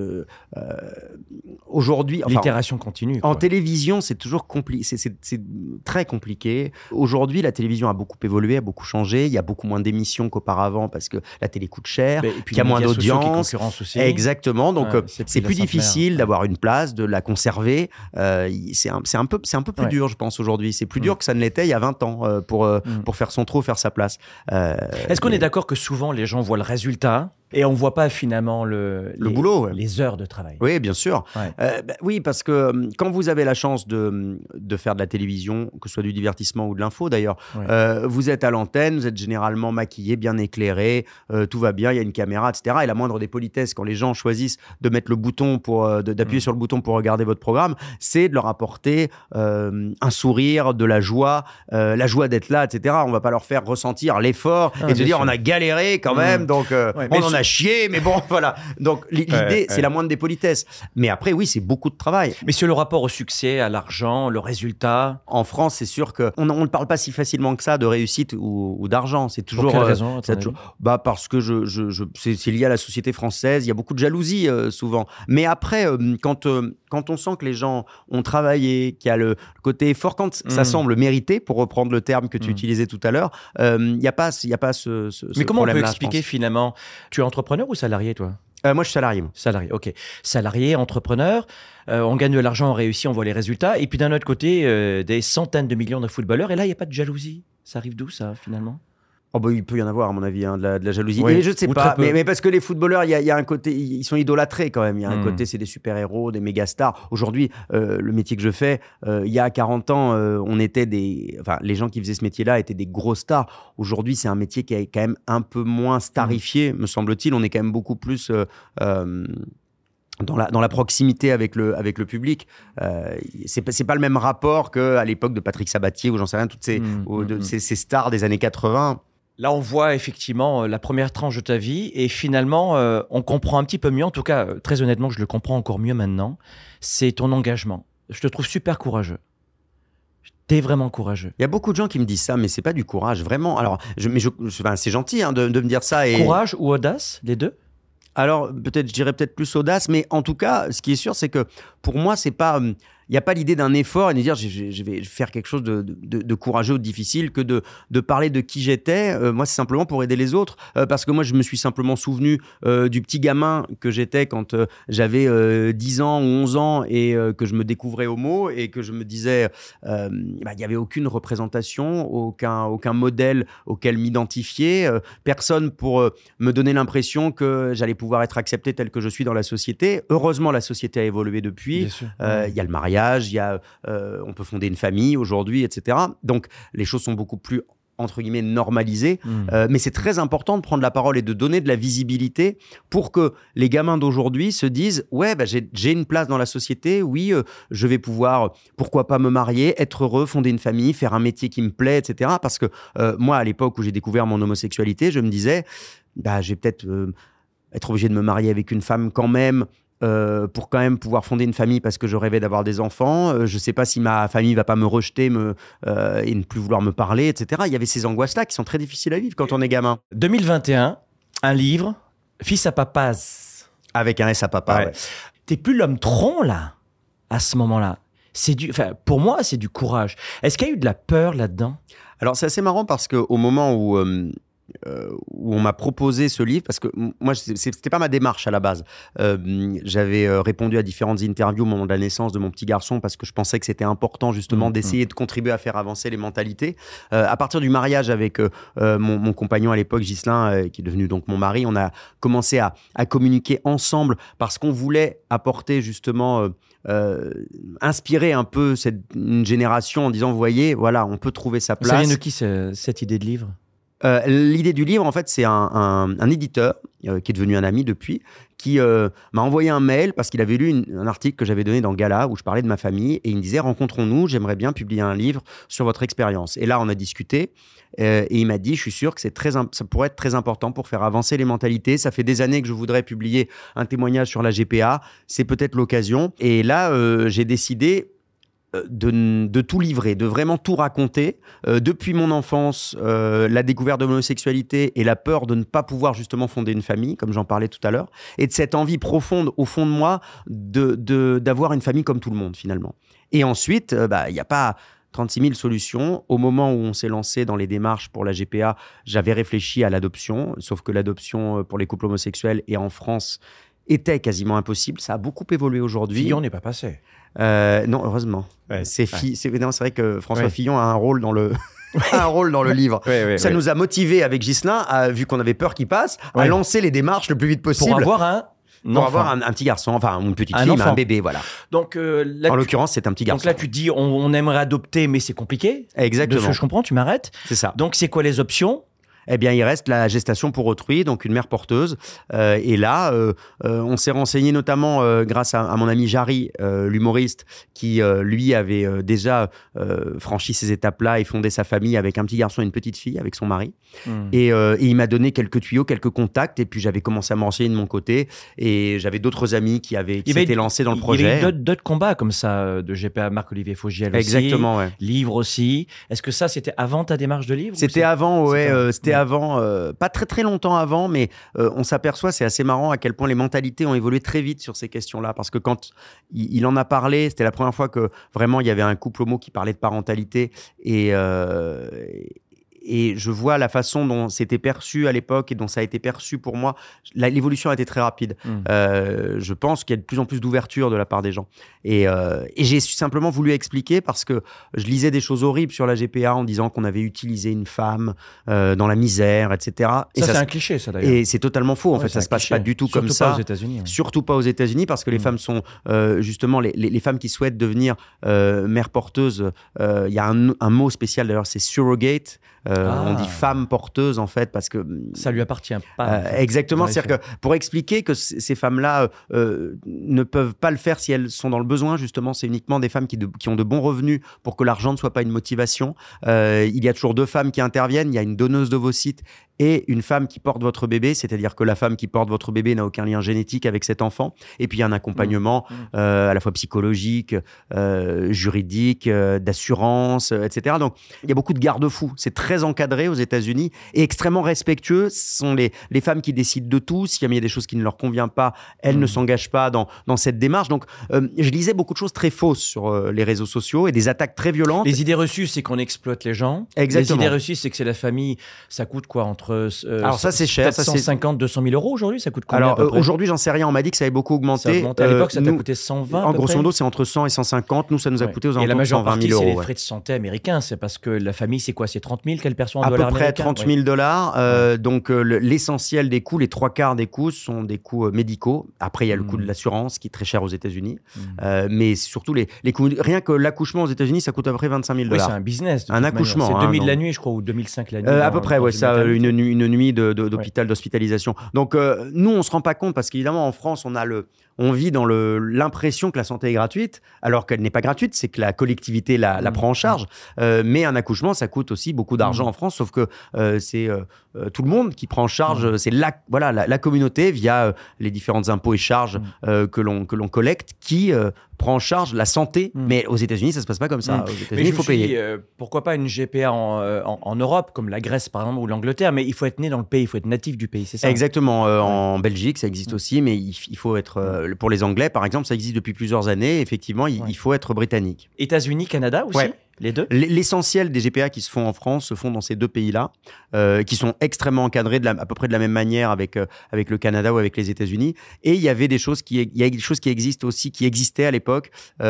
aujourd'hui, l'itération continue. En télévision, c'est toujours compliqué. C'est très compliqué. Aujourd'hui, la télévision a beaucoup évolué, a beaucoup changé. Il y a beaucoup moins d'émissions qu'auparavant parce que la télé coûte cher, qu'il y a moins d'audience. Exactement. Donc c'est plus difficile d'avoir une place, de la conserver. C'est un peu plus dur, je pense, aujourd'hui. C'est plus dur que ça ne l'était il y a 20 ans pour faire son trou, faire sa place. Est-ce qu'on est d'accord que souvent les gens voient le résultat et on ne voit pas finalement le boulot, les heures de travail? Oui, bien sûr. Oui, parce que quand vous avez la chance de faire de la télévision, que ce soit du divertissement ou de l'info d'ailleurs, vous êtes à l'antenne, vous êtes généralement maquillé, bien éclairé, tout va bien, il y a une caméra, etc. Et la moindre des politesses, quand les gens choisissent de mettre le bouton d'appuyer sur le bouton pour regarder votre programme, c'est de leur apporter un sourire, de la joie d'être là, etc. On ne va pas leur faire ressentir l'effort et de dire on a galéré quand même, donc on en a chié, mais bon, voilà. Donc l'idée, c'est la moindre des politesses. Mais après, oui, c'est beaucoup de travail. Mais sur le rapport au succès, à l'argent, le résultat. En France, c'est sûr qu'on ne parle pas si facilement que ça de réussite ou d'argent. C'est toujours. Pour quelle raison, parce que c'est lié à la société française. Il y a beaucoup de jalousie souvent. Mais après, quand on sent que les gens ont travaillé, qu'il y a le côté effort, quand ça semble mérité, pour reprendre le terme que tu utilisais tout à l'heure, il n'y a pas ce Mais comment on peut problème-là, expliquer finalement? Tu es entrepreneur ou salarié, toi? Moi, je suis salarié. Salarié, ok. Salarié, entrepreneur, on gagne de l'argent, on réussit, on voit les résultats. Et puis d'un autre côté, des centaines de millions de footballeurs. Et là, il n'y a pas de jalousie. Ça arrive d'où, ça, finalement? Il peut y en avoir, à mon avis, de la jalousie. Oui, mais je ne sais pas. Mais parce que les footballeurs, il y a un côté, ils sont idolâtrés quand même. Il y a un côté, c'est des super-héros, des méga stars. Aujourd'hui, le métier que je fais, il y a 40 ans, on était les gens qui faisaient ce métier-là étaient des gros stars. Aujourd'hui, c'est un métier qui est quand même un peu moins starifié, me semble-t-il. On est quand même beaucoup plus dans la proximité avec le public. C'est pas le même rapport qu'à l'époque de Patrick Sabatier ou j'en sais rien, toutes ces stars des années 80. Là, on voit effectivement la première tranche de ta vie et finalement, on comprend un petit peu mieux, en tout cas, très honnêtement, je le comprends encore mieux maintenant, c'est ton engagement. Je te trouve super courageux. T'es vraiment courageux. Il y a beaucoup de gens qui me disent ça, mais c'est pas du courage, vraiment. Alors, c'est gentil de me dire ça. Courage ou audace, les deux? Alors, je dirais peut-être plus audace, mais en tout cas, ce qui est sûr, c'est que pour moi, c'est pas... Il n'y a pas l'idée d'un effort et de dire je vais faire quelque chose de courageux ou de difficile que de parler de qui j'étais. Moi, c'est simplement pour aider les autres. Parce que moi, je me suis simplement souvenu du petit gamin que j'étais quand j'avais 10 ans ou 11 ans et que je me découvrais homo et que je me disais il n'y avait aucune représentation, aucun modèle auquel m'identifier, personne pour me donner l'impression que j'allais pouvoir être accepté tel que je suis dans la société. Heureusement, la société a évolué depuis. Il y a le mariage, on peut fonder une famille aujourd'hui, etc. Donc, les choses sont beaucoup plus, entre guillemets, normalisées. Mais c'est très important de prendre la parole et de donner de la visibilité pour que les gamins d'aujourd'hui se disent « Ouais, j'ai une place dans la société. Oui, je vais pouvoir, pourquoi pas me marier, être heureux, fonder une famille, faire un métier qui me plaît, etc. » Parce que moi, à l'époque où j'ai découvert mon homosexualité, je me disais « Je vais peut-être être obligé de me marier avec une femme quand même, pour quand même pouvoir fonder une famille parce que je rêvais d'avoir des enfants. Je ne sais pas si ma famille ne va pas me rejeter et ne plus vouloir me parler, etc. » Il y avait ces angoisses-là qui sont très difficiles à vivre quand on est gamin. 2021, un livre, Fils à papas. Avec un S à papa, ouais. T'es plus l'homme tronc, là, à ce moment-là. Pour moi, c'est du courage. Est-ce qu'il y a eu de la peur là-dedans ? Alors, c'est assez marrant parce qu'au moment où on m'a proposé ce livre, parce que moi, c'était pas ma démarche à la base. J'avais répondu à différentes interviews au moment de la naissance de mon petit garçon parce que je pensais que c'était important justement d'essayer de contribuer à faire avancer les mentalités. À partir du mariage avec mon compagnon à l'époque, Ghislain, qui est devenu donc mon mari, on a commencé à communiquer ensemble parce qu'on voulait apporter justement... inspirer un peu une génération en disant, vous voyez, voilà, on peut trouver sa place. Ça vient de qui cette idée de livre ? L'idée du livre, en fait, c'est un éditeur qui est devenu un ami depuis, qui m'a envoyé un mail parce qu'il avait lu un article que j'avais donné dans Gala où je parlais de ma famille et il me disait « Rencontrons-nous, j'aimerais bien publier un livre sur votre expérience ». Et là, on a discuté et il m'a dit « Je suis sûr que ça pourrait être très important pour faire avancer les mentalités. Ça fait des années que je voudrais publier un témoignage sur la GPA. C'est peut-être l'occasion ». Et là, j'ai décidé de tout livrer, de vraiment tout raconter. Depuis mon enfance, la découverte de l'homosexualité et la peur de ne pas pouvoir justement fonder une famille, comme j'en parlais tout à l'heure, et de cette envie profonde au fond de moi d'avoir une famille comme tout le monde finalement. Et ensuite, il n'y a pas 36 000 solutions. Au moment où on s'est lancé dans les démarches pour la GPA, j'avais réfléchi à l'adoption, sauf que l'adoption pour les couples homosexuels et en France était quasiment impossible. Ça a beaucoup évolué aujourd'hui. Fillon n'est pas passé. Non, heureusement. Ouais, c'est vrai que François Fillon a un rôle dans le livre. Ça nous a motivés avec Ghislain, vu qu'on avait peur qu'il passe, à lancer les démarches le plus vite possible. Pour avoir un petit garçon, enfin une petite fille, un bébé, voilà. Donc, en l'occurrence, c'est un petit garçon. Donc là, tu dis, on aimerait adopter, mais c'est compliqué. Exactement. De ce que je comprends, tu m'arrêtes. C'est ça. Donc, c'est quoi les options ? Eh bien, il reste la gestation pour autrui, donc une mère porteuse. Et là, on s'est renseigné notamment grâce à mon ami Jarry, l'humoriste, qui, lui, avait déjà franchi ces étapes-là et fondé sa famille avec un petit garçon et une petite fille, avec son mari. Et il m'a donné quelques tuyaux, quelques contacts. Et puis, j'avais commencé à me renseigner de mon côté. Et j'avais d'autres amis qui s'étaient lancés dans le projet. Il y avait d'autres combats comme ça, de GPA, Marc-Olivier Fogiel aussi. Exactement, ouais. Livre aussi. Est-ce que ça, c'était avant ta démarche de livre ? C'était avant, ouais. C'était avant, pas très très longtemps avant, mais on s'aperçoit, c'est assez marrant à quel point les mentalités ont évolué très vite sur ces questions-là, parce que quand il en a parlé, c'était la première fois que vraiment il y avait un couple homo qui parlait de parentalité et je vois la façon dont c'était perçu à l'époque et dont ça a été perçu pour moi. L'évolution a été très rapide. Je pense qu'il y a de plus en plus d'ouverture de la part des gens. Et j'ai simplement voulu expliquer parce que je lisais des choses horribles sur la GPA en disant qu'on avait utilisé une femme dans la misère, etc. Et ça, c'est un cliché, ça, d'ailleurs. Et c'est totalement faux. En fait, ça se passe pas du tout comme ça. Surtout pas aux États-Unis. Surtout pas aux États-Unis parce que les femmes sont justement les femmes qui souhaitent devenir mère porteuse. Il y a un mot spécial d'ailleurs, c'est surrogate. On dit femme porteuse en fait parce que ça lui appartient pas. Exactement, c'est-à-dire que pour expliquer que ces femmes-là ne peuvent pas le faire si elles sont dans le besoin, justement, c'est uniquement des femmes qui ont de bons revenus pour que l'argent ne soit pas une motivation. Il y a toujours deux femmes qui interviennent. Il y a une donneuse d'ovocytes et une femme qui porte votre bébé, c'est-à-dire que la femme qui porte votre bébé n'a aucun lien génétique avec cet enfant. Et puis, il y a un accompagnement à la fois psychologique, juridique, d'assurance, etc. Donc, il y a beaucoup de garde-fous. C'est très encadré aux États-Unis et extrêmement respectueux. Ce sont les femmes qui décident de tout. S'il y a des choses qui ne leur conviennent pas, elles ne s'engagent pas dans cette démarche. Donc, je lisais beaucoup de choses très fausses sur les réseaux sociaux et des attaques très violentes. Les idées reçues, c'est qu'on exploite les gens. Exactement. Les idées reçues, c'est que c'est la famille. Ça coûte quoi entre alors ça, c'est cher. 150, 200 000 euros aujourd'hui. Ça coûte combien Alors à peu près aujourd'hui, j'en sais rien. On m'a dit que ça avait beaucoup augmenté. À l'époque, ça t'a coûté 120. En grosso modo, c'est entre 100 et 150. Nous, ça nous a coûté aux alentours de 120 000 euros. C'est les frais de santé américains. C'est parce que la famille, c'est quoi? C'est 30 000 qu'elle perçoit en à dollars peu près 30 000 $. Donc l'essentiel des coûts, les 3/4 des coûts sont des coûts médicaux. Après, il y a le coût de l'assurance qui est très cher aux États-Unis. Mais surtout les coûts. Rien que l'accouchement aux États-Unis, ça coûte à peu près 25 000 $. Oui, c'est un business. Un accouchement. C'est 2000 la nuit, je crois, ou 2005 la nuit. À peu près, ouais, ça, une nuit d'hôpital, d'hospitalisation. Donc, nous, on se rend pas compte parce qu'évidemment, en France, on vit dans l'impression que la santé est gratuite, alors qu'elle n'est pas gratuite, c'est que la collectivité la prend en charge. Mais un accouchement, ça coûte aussi beaucoup d'argent en France, sauf que c'est tout le monde qui prend en charge. C'est la communauté via les différents impôts et charges que l'on collecte qui prend en charge la santé. Mais aux États-Unis, ça se passe pas comme ça. Aux États-Unis, il faut payer. Pourquoi pas une GPA en Europe, comme la Grèce par exemple ou l'Angleterre, mais il faut être né dans le pays, il faut être natif du pays, c'est ça? Exactement. En Belgique, ça existe aussi, mais il faut être pour les Anglais, par exemple, ça existe depuis plusieurs années. Effectivement, il faut être britannique. États-Unis, Canada aussi? Ouais. Les deux? L'essentiel des GPA qui se font en France se font dans ces deux pays-là, qui sont extrêmement encadrés à peu près de la même manière avec le Canada ou avec les États-Unis. Et il y avait des choses qui existent aussi, qui existaient à l'époque,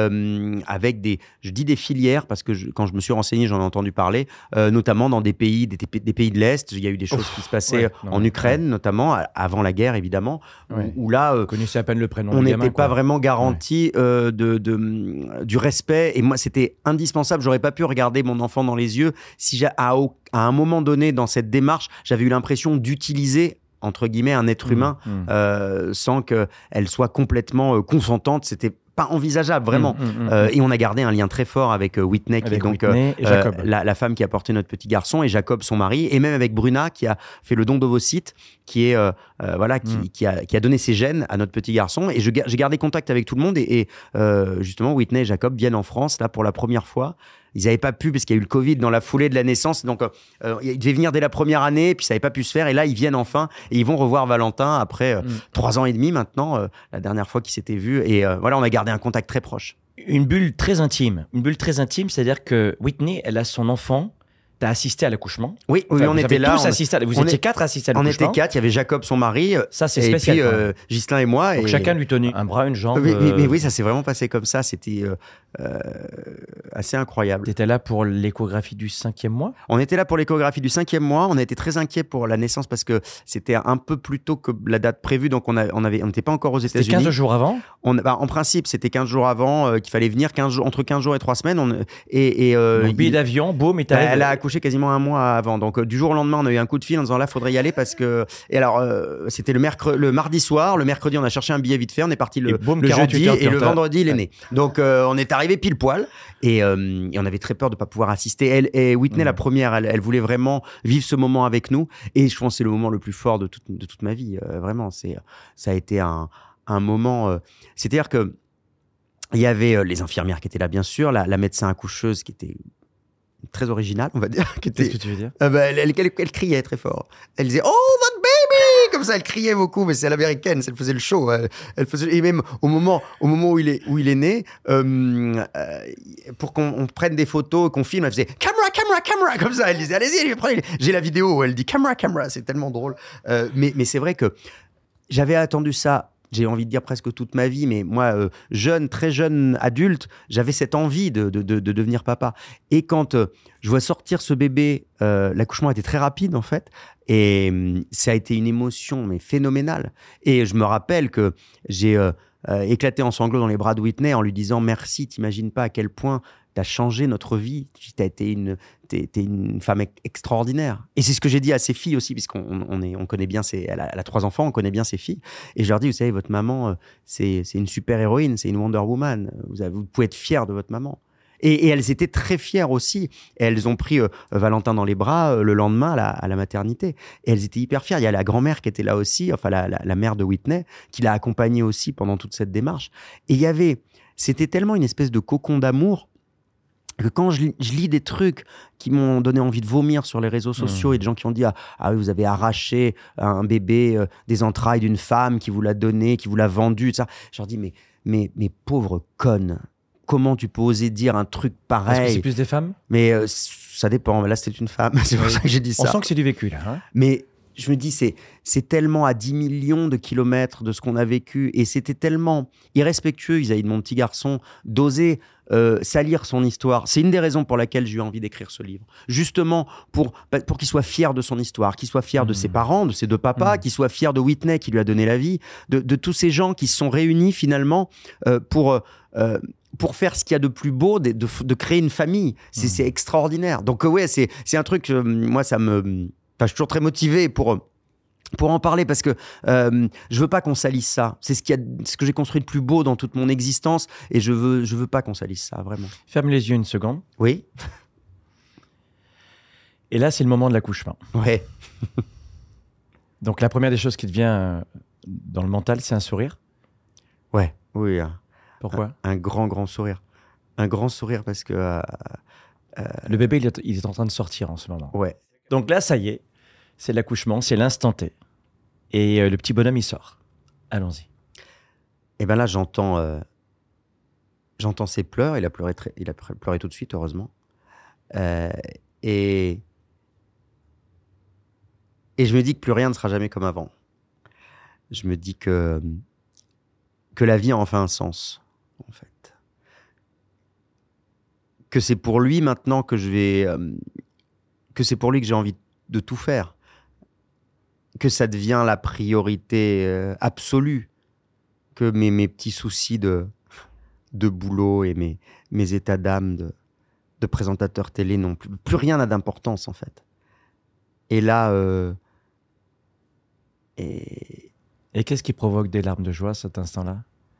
avec des filières, parce que quand je me suis renseigné, j'en ai entendu parler, notamment dans des pays de l'Est. Il y a eu des choses qui se passaient en Ukraine, notamment, avant la guerre, évidemment, où là, vous connaissez à peine le prénom on du n'était gamin, pas vraiment garanti du respect. Et moi, c'était indispensable. J'aurais pas pu regarder mon enfant dans les yeux si à un moment donné dans cette démarche, j'avais eu l'impression d'utiliser entre guillemets un être humain sans qu'elle soit complètement consentante. C'était pas envisageable, vraiment. Et on a gardé un lien très fort avec Whitney, qui est donc la femme qui a porté notre petit garçon, et Jacob, son mari, et même avec Bruna, qui a fait le don d'ovocytes, qui est qui a donné ses gènes à notre petit garçon. Et j'ai gardé contact avec tout le monde. Et justement, Whitney et Jacob viennent en France là pour la première fois. Ils n'avaient pas pu, parce qu'il y a eu le Covid dans la foulée de la naissance. Donc, ils devaient venir dès la première année, puis ça n'avait pas pu se faire. Et là, ils viennent enfin, et ils vont revoir Valentin après 3 ans et demi maintenant, la dernière fois qu'ils s'étaient vus. Et on a gardé un contact très proche. Une bulle très intime, c'est-à-dire que Whitney, elle a son enfant. T'as assisté à l'accouchement? Oui, on était là. Vous étiez 4 à assister à l'accouchement? On était 4, il y avait Jacob, son mari, ça, c'est spécial, et puis Ghislain et moi. Donc chacun lui tenait un bras, une jambe. Mais oui, ça s'est vraiment passé comme ça. C'était assez incroyable. T'étais là pour l'échographie du 5e mois? On était là pour l'échographie du 5e mois. On a été très inquiets pour la naissance parce que c'était un peu plus tôt que la date prévue. Donc on n'était pas encore aux États-Unis. C'était 15 jours avant? En principe, c'était 15 jours avant qu'il fallait venir, entre 15 jours et 3 semaines. Donc billet d'avion, boum, et t'arrives. Elle a accouché quasiment un mois avant. Donc, du jour au lendemain, on a eu un coup de fil en disant là, faudrait y aller parce que. Et alors, c'était le mardi soir. Le mercredi, on a cherché un billet vite fait. On est parti le jeudi et le vendredi, il est né. Donc, on est arrivé pile poil et on avait très peur de ne pas pouvoir assister. Elle et Whitney, la première, elle voulait vraiment vivre ce moment avec nous. Et je pense que c'est le moment le plus fort de toute ma vie. Vraiment, ça a été un moment. C'est-à-dire que il y avait les infirmières qui étaient là, bien sûr, la médecin accoucheuse qui était très originale, on va dire. Qu'est-ce que tu veux dire? Elle criait très fort. Elle disait « Oh, votre baby !» Comme ça, elle criait beaucoup, mais c'est à l'américaine, elle faisait le show. Elle faisait... Et même au moment où il est né, pour qu'on prenne des photos, qu'on filme, elle faisait « Camera, camera, camera !» Comme ça, elle disait « Allez-y, prenez. » J'ai la vidéo où elle dit « Camera, camera !» C'est tellement drôle. Mais c'est vrai que j'avais attendu ça. J'ai envie de dire presque toute ma vie, mais moi, très jeune adulte, j'avais cette envie de devenir papa. Et quand je vois sortir ce bébé, l'accouchement était très rapide en fait, et ça a été une émotion mais phénoménale. Et je me rappelle que j'ai éclaté en sanglots dans les bras de Whitney en lui disant merci. T'imagines pas à quel point t'as changé notre vie. T'es une femme extraordinaire. Et c'est ce que j'ai dit à ses filles aussi, puisqu'on connaît bien elle a 3 enfants, on connaît bien ses filles. Et je leur dis, vous savez, votre maman, c'est une super héroïne, c'est une Wonder Woman. Vous pouvez être fiers de votre maman. Et elles étaient très fières aussi. Et elles ont pris Valentin dans les bras le lendemain à la maternité. Et elles étaient hyper fières. Il y a la grand-mère qui était là aussi, enfin la mère de Whitney, qui l'a accompagnée aussi pendant toute cette démarche. Et c'était tellement une espèce de cocon d'amour que quand je lis des trucs qui m'ont donné envie de vomir sur les réseaux sociaux et des gens qui ont dit ah oui, vous avez arraché un bébé des entrailles d'une femme qui vous l'a donné, qui vous l'a vendu, ça. Je leur dis mais pauvre conne, comment tu peux oser dire un truc pareil? Est-ce que c'est plus des femmes? Mais ça dépend. Là, c'était une femme. C'est pour ça que j'ai dit ça. On sent que c'est du vécu, là. Hein, mais je me dis, c'est tellement à 10 millions de kilomètres de ce qu'on a vécu. Et c'était tellement irrespectueux vis-à-vis de mon petit garçon d'oser salir son histoire. C'est une des raisons pour laquelle j'ai eu envie d'écrire ce livre. Justement, pour qu'il soit fier de son histoire, qu'il soit fier de ses parents, de ses deux papas, qu'il soit fier de Whitney qui lui a donné la vie, de tous ces gens qui se sont réunis finalement pour faire ce qu'il y a de plus beau, de créer une famille. C'est extraordinaire. Donc ouais, c'est un truc, moi, ça me... Enfin, je suis toujours très motivé pour en parler parce que je veux pas qu'on salisse ça. C'est ce que j'ai construit de plus beau dans toute mon existence et je veux pas qu'on salisse ça, vraiment. Ferme les yeux une seconde. Oui. Et là, c'est le moment de l'accouchement. Ouais. Donc, la première des choses qui te vient dans le mental, c'est un sourire. Ouais, oui. Pourquoi ? Un grand sourire. Un grand sourire parce que... Le bébé, il est en train de sortir en ce moment. Ouais. Donc là, ça y est, c'est l'accouchement, c'est l'instant T. Et le petit bonhomme, il sort. Allons-y. Et bien là, j'entends ses pleurs. Il a pleuré tout de suite, heureusement. Et je me dis que plus rien ne sera jamais comme avant. Je me dis que la vie a enfin un sens, en fait. Que c'est pour lui maintenant que que c'est pour lui que j'ai envie de tout faire. Que ça devient la priorité absolue. Que mes petits soucis de boulot et mes états d'âme de présentateur télé n'ont plus rien n'a d'importance, en fait. Et là... Et qu'est-ce qui provoque des larmes de joie, cet instant-là ?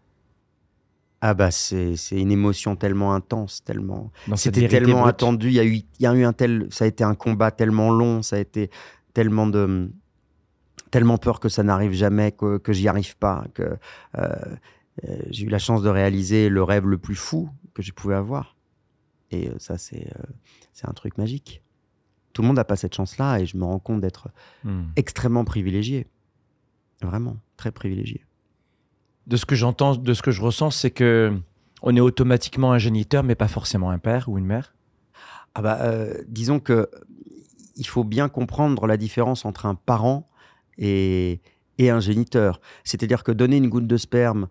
Ah bah c'est une émotion tellement intense, tellement... C'était tellement brute. attendu, il y a eu ça a été un combat tellement long, ça a été tellement peur que ça n'arrive jamais, que j'y arrive pas, que j'ai eu la chance de réaliser le rêve le plus fou que je pouvais avoir. Et ça, c'est un truc magique. Tout le monde n'a pas cette chance-là et je me rends compte d'être extrêmement privilégié. Vraiment, très privilégié. De ce que j'entends, de ce que je ressens, c'est que on est automatiquement un géniteur, mais pas forcément un père ou une mère. Ah bah, disons que il faut bien comprendre la différence entre un parent et un géniteur. C'est-à-dire que donner une goutte de sperme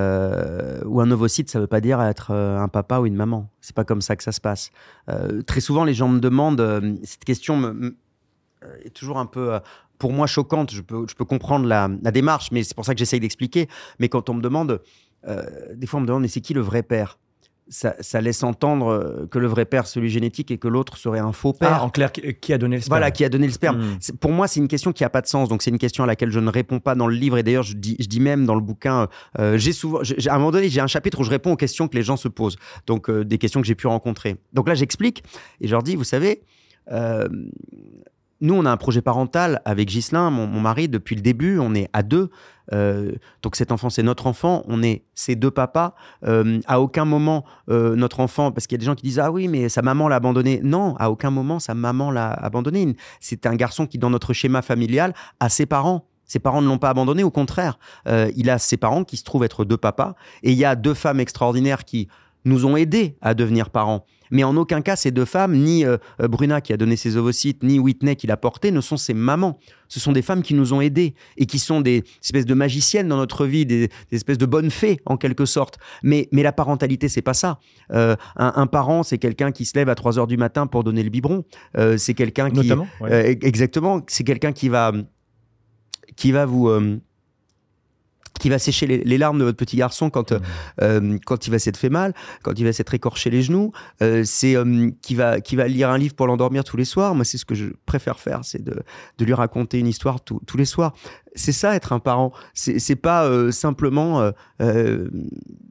ou un ovocyte, ça ne veut pas dire être un papa ou une maman. C'est pas comme ça que ça se passe. Très souvent, les gens me demandent, cette question est toujours un peu... pour moi choquante, je peux comprendre la démarche, mais c'est pour ça que j'essaye d'expliquer. Mais quand on me demande, des fois on me demande, mais c'est qui le vrai père ? Ça laisse entendre que le vrai père, celui génétique, et que l'autre serait un faux père. Ah, en clair, qui a donné le sperme ? Voilà, qui a donné le sperme. Pour moi, c'est une question qui n'a pas de sens. Donc, c'est une question à laquelle je ne réponds pas dans le livre. Et d'ailleurs, je dis même dans le bouquin, à un moment donné, j'ai un chapitre où je réponds aux questions que les gens se posent. Donc, des questions que j'ai pu rencontrer. Donc là, j'explique et je leur dis, vous savez... nous, on a un projet parental avec Ghislain, mon mari, depuis le début. On est à deux. Donc, cet enfant, c'est notre enfant. On est ses deux papas. À aucun moment, notre enfant... Parce qu'il y a des gens qui disent « Ah oui, mais sa maman l'a abandonné. » Non, à aucun moment, sa maman l'a abandonné. C'est un garçon qui, dans notre schéma familial, a ses parents. Ses parents ne l'ont pas abandonné, au contraire. Il a ses parents qui se trouvent être deux papas. Et il y a deux femmes extraordinaires qui nous ont aidés à devenir parents. Mais en aucun cas, ces deux femmes, ni Bruna qui a donné ses ovocytes, ni Whitney qui l'a porté, ne sont ses mamans. Ce sont des femmes qui nous ont aidés et qui sont des espèces de magiciennes dans notre vie, des espèces de bonnes fées, en quelque sorte. Mais la parentalité, c'est pas ça. Un parent, c'est quelqu'un qui se lève à 3h du matin pour donner le biberon. C'est quelqu'un qui... Notamment, ouais. Exactement. C'est quelqu'un qui va vous... qui va sécher les larmes de votre petit garçon quand il va s'être fait mal, quand il va s'être écorché les genoux, qui va lire un livre pour l'endormir tous les soirs. Moi, c'est ce que je préfère faire, c'est de lui raconter une histoire tous les soirs. C'est ça, être un parent. C'est pas simplement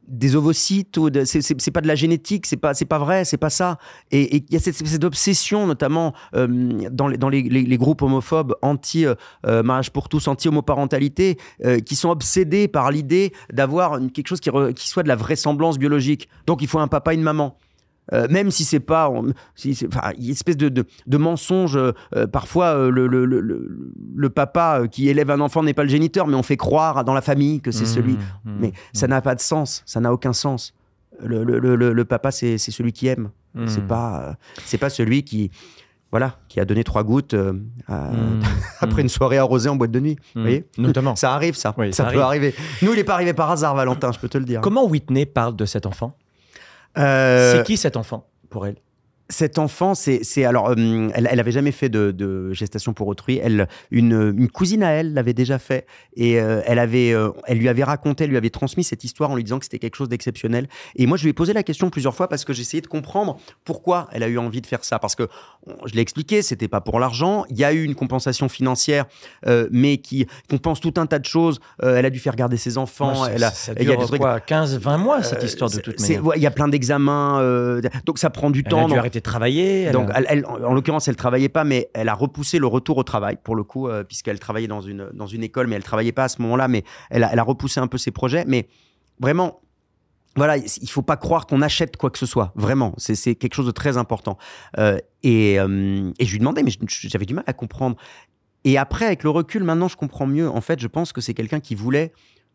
des ovocytes, c'est pas de la génétique, c'est pas vrai, c'est pas ça. Et il y a cette obsession, notamment dans les groupes homophobes anti-mariage pour tous, anti-homoparentalité, qui sont obsédés par l'idée d'avoir quelque chose qui soit de la vraisemblance biologique. Donc il faut un papa et une maman. Même si c'est pas, il y a une espèce de mensonge. Parfois, le papa qui élève un enfant n'est pas le géniteur, mais on fait croire dans la famille que c'est celui. Mais ça n'a pas de sens, ça n'a aucun sens. Le papa, c'est celui qui aime. C'est pas celui qui a donné 3 gouttes après une soirée arrosée en boîte de nuit. Vous voyez, notamment. Ça arrive, ça. Oui, ça peut arriver. Nous, il n'est pas arrivé par hasard, Valentin, je peux te le dire. Comment Whitney parle de cet enfant ? C'est qui cet enfant pour elle ? Cet enfant, alors, elle avait jamais fait de gestation pour autrui. Une cousine à elle l'avait déjà fait et elle lui avait raconté, elle lui avait transmis cette histoire en lui disant que c'était quelque chose d'exceptionnel. Et moi, je lui ai posé la question plusieurs fois parce que j'essayais de comprendre pourquoi elle a eu envie de faire ça. Parce que je l'ai expliqué, c'était pas pour l'argent. Il y a eu une compensation financière, mais qui compense tout un tas de choses. Elle a dû faire garder ses enfants. Ça dure quoi, 15-20 mois cette histoire de toute manière. Il y a plein d'examens, donc ça prend du temps. Elle a dû arrêter de travailler. Donc, en l'occurrence, elle travaillait pas, mais elle a repoussé le retour au travail, pour le coup, puisqu'elle travaillait dans une école, mais elle travaillait pas à ce moment-là, mais elle a repoussé un peu ses projets. Mais vraiment, voilà, il faut pas croire qu'on achète quoi que ce soit. Vraiment, c'est quelque chose de très important. Et je lui demandais, mais j'avais du mal à comprendre. Et après, avec le recul, maintenant, je comprends mieux. En fait, je pense que c'est quelqu'un qui voulait,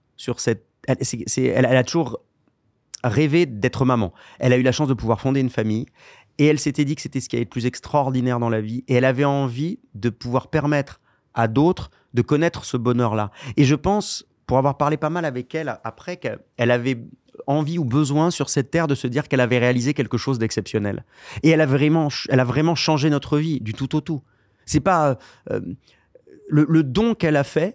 elle a toujours rêvé d'être maman. Elle a eu la chance de pouvoir fonder une famille. Et elle s'était dit que c'était ce qui avait le plus extraordinaire dans la vie. Et elle avait envie de pouvoir permettre à d'autres de connaître ce bonheur-là. Et je pense, pour avoir parlé pas mal avec elle après, qu'elle avait envie ou besoin sur cette terre de se dire qu'elle avait réalisé quelque chose d'exceptionnel. Et elle a vraiment changé notre vie du tout au tout. C'est pas le don qu'elle a fait.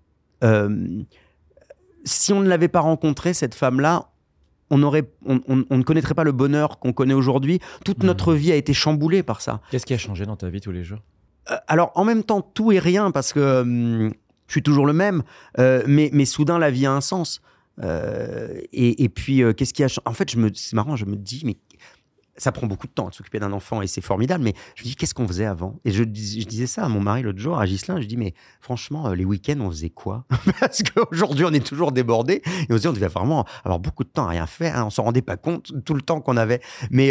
Si on ne l'avait pas rencontrée, cette femme-là, on ne connaîtrait pas le bonheur qu'on connaît aujourd'hui. Toute notre vie a été chamboulée par ça. Qu'est-ce qui a changé dans ta vie tous les jours ? Alors, en même temps, tout et rien, parce que je suis toujours le même, mais soudain, la vie a un sens. Et puis, qu'est-ce qui a changé ? En fait, c'est marrant, je me dis, mais ça prend beaucoup de temps de s'occuper d'un enfant et c'est formidable, mais je me dis, qu'est-ce qu'on faisait avant ? Et je disais ça à mon mari l'autre jour, à Ghislain, je dis, mais franchement, les week-ends, on faisait quoi ? Parce qu'aujourd'hui, on est toujours débordés et on devait vraiment avoir beaucoup de temps à rien faire, hein, on s'en rendait pas compte tout le temps qu'on avait. Mais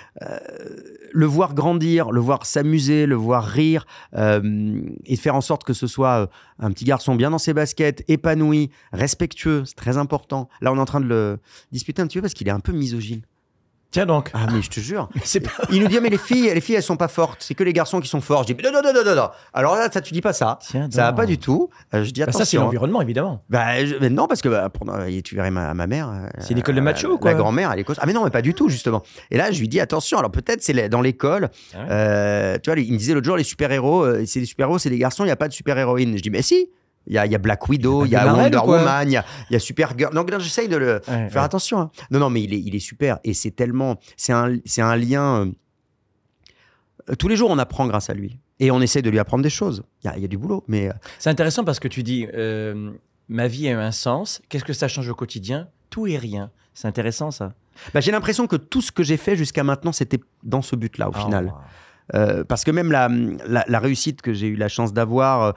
le voir grandir, le voir s'amuser, le voir rire et faire en sorte que ce soit un petit garçon bien dans ses baskets, épanoui, respectueux, c'est très important. Là, on est en train de le disputer un petit peu parce qu'il est un peu misogyne. Tiens donc. Ah, mais je te jure. Il nous dit, mais les filles, elles sont pas fortes. C'est que les garçons qui sont forts. Je dis, non. Alors là, ça, tu dis pas ça. Tiens ça va pas du tout. Je dis, attention. Ça, c'est l'environnement, évidemment. Mais non, parce que tu verrais ma mère. C'est une école de macho ou quoi ? La grand-mère, elle est Ah, mais non, mais pas du tout, justement. Et là, je lui dis, attention. Alors peut-être c'est dans l'école. Tu vois, il me disait l'autre jour, les super-héros, c'est des super-héros, c'est des garçons, il n'y a pas de super-héroïne. Je dis, mais si. Il y a Black Widow, il y a Wonder Woman, il y a Supergirl. Donc j'essaye de faire attention. Hein. Non, mais il est super. Et c'est tellement... C'est un lien... tous les jours, on apprend grâce à lui. Et on essaie de lui apprendre des choses. Il y a du boulot, mais... C'est intéressant parce que tu dis, ma vie a un sens. Qu'est-ce que ça change au quotidien ? Tout et rien. C'est intéressant, ça. J'ai l'impression que tout ce que j'ai fait jusqu'à maintenant, c'était dans ce but-là, au final. Wow. Parce que même la réussite que j'ai eu la chance d'avoir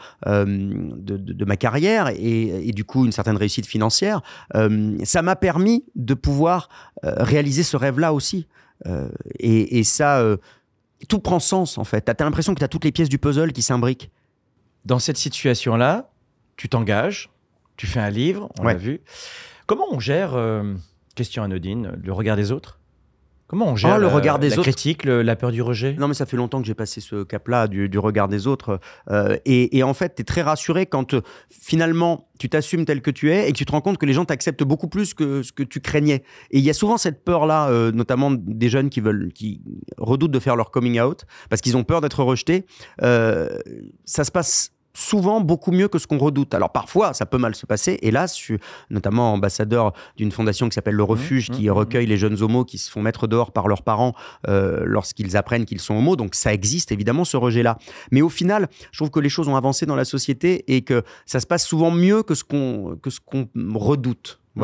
de ma carrière et du coup une certaine réussite financière, ça m'a permis de pouvoir réaliser ce rêve-là aussi. Et ça, tout prend sens en fait. T'as l'impression que t'as toutes les pièces du puzzle qui s'imbriquent. Dans cette situation-là, tu t'engages, tu fais un livre, on l'a vu. Comment on gère, question anodine, le regard des autres ? Comment on gère le regard des la autres. critique, la peur du rejet ? Non, mais ça fait longtemps que j'ai passé ce cap-là du regard des autres. Et en fait, tu es très rassuré quand finalement tu t'assumes tel que tu es et que tu te rends compte que les gens t'acceptent beaucoup plus que ce que tu craignais. Et il y a souvent cette peur-là, notamment des jeunes qui redoutent de faire leur coming out parce qu'ils ont peur d'être rejetés. Ça se passe souvent beaucoup mieux que ce qu'on redoute. Alors parfois, ça peut mal se passer. Hélas, je suis notamment ambassadeur d'une fondation qui s'appelle Le Refuge, qui recueille les jeunes homos qui se font mettre dehors par leurs parents lorsqu'ils apprennent qu'ils sont homos. Donc ça existe évidemment, ce rejet-là. Mais au final, je trouve que les choses ont avancé dans la société et que ça se passe souvent mieux que ce qu'on redoute. Voilà.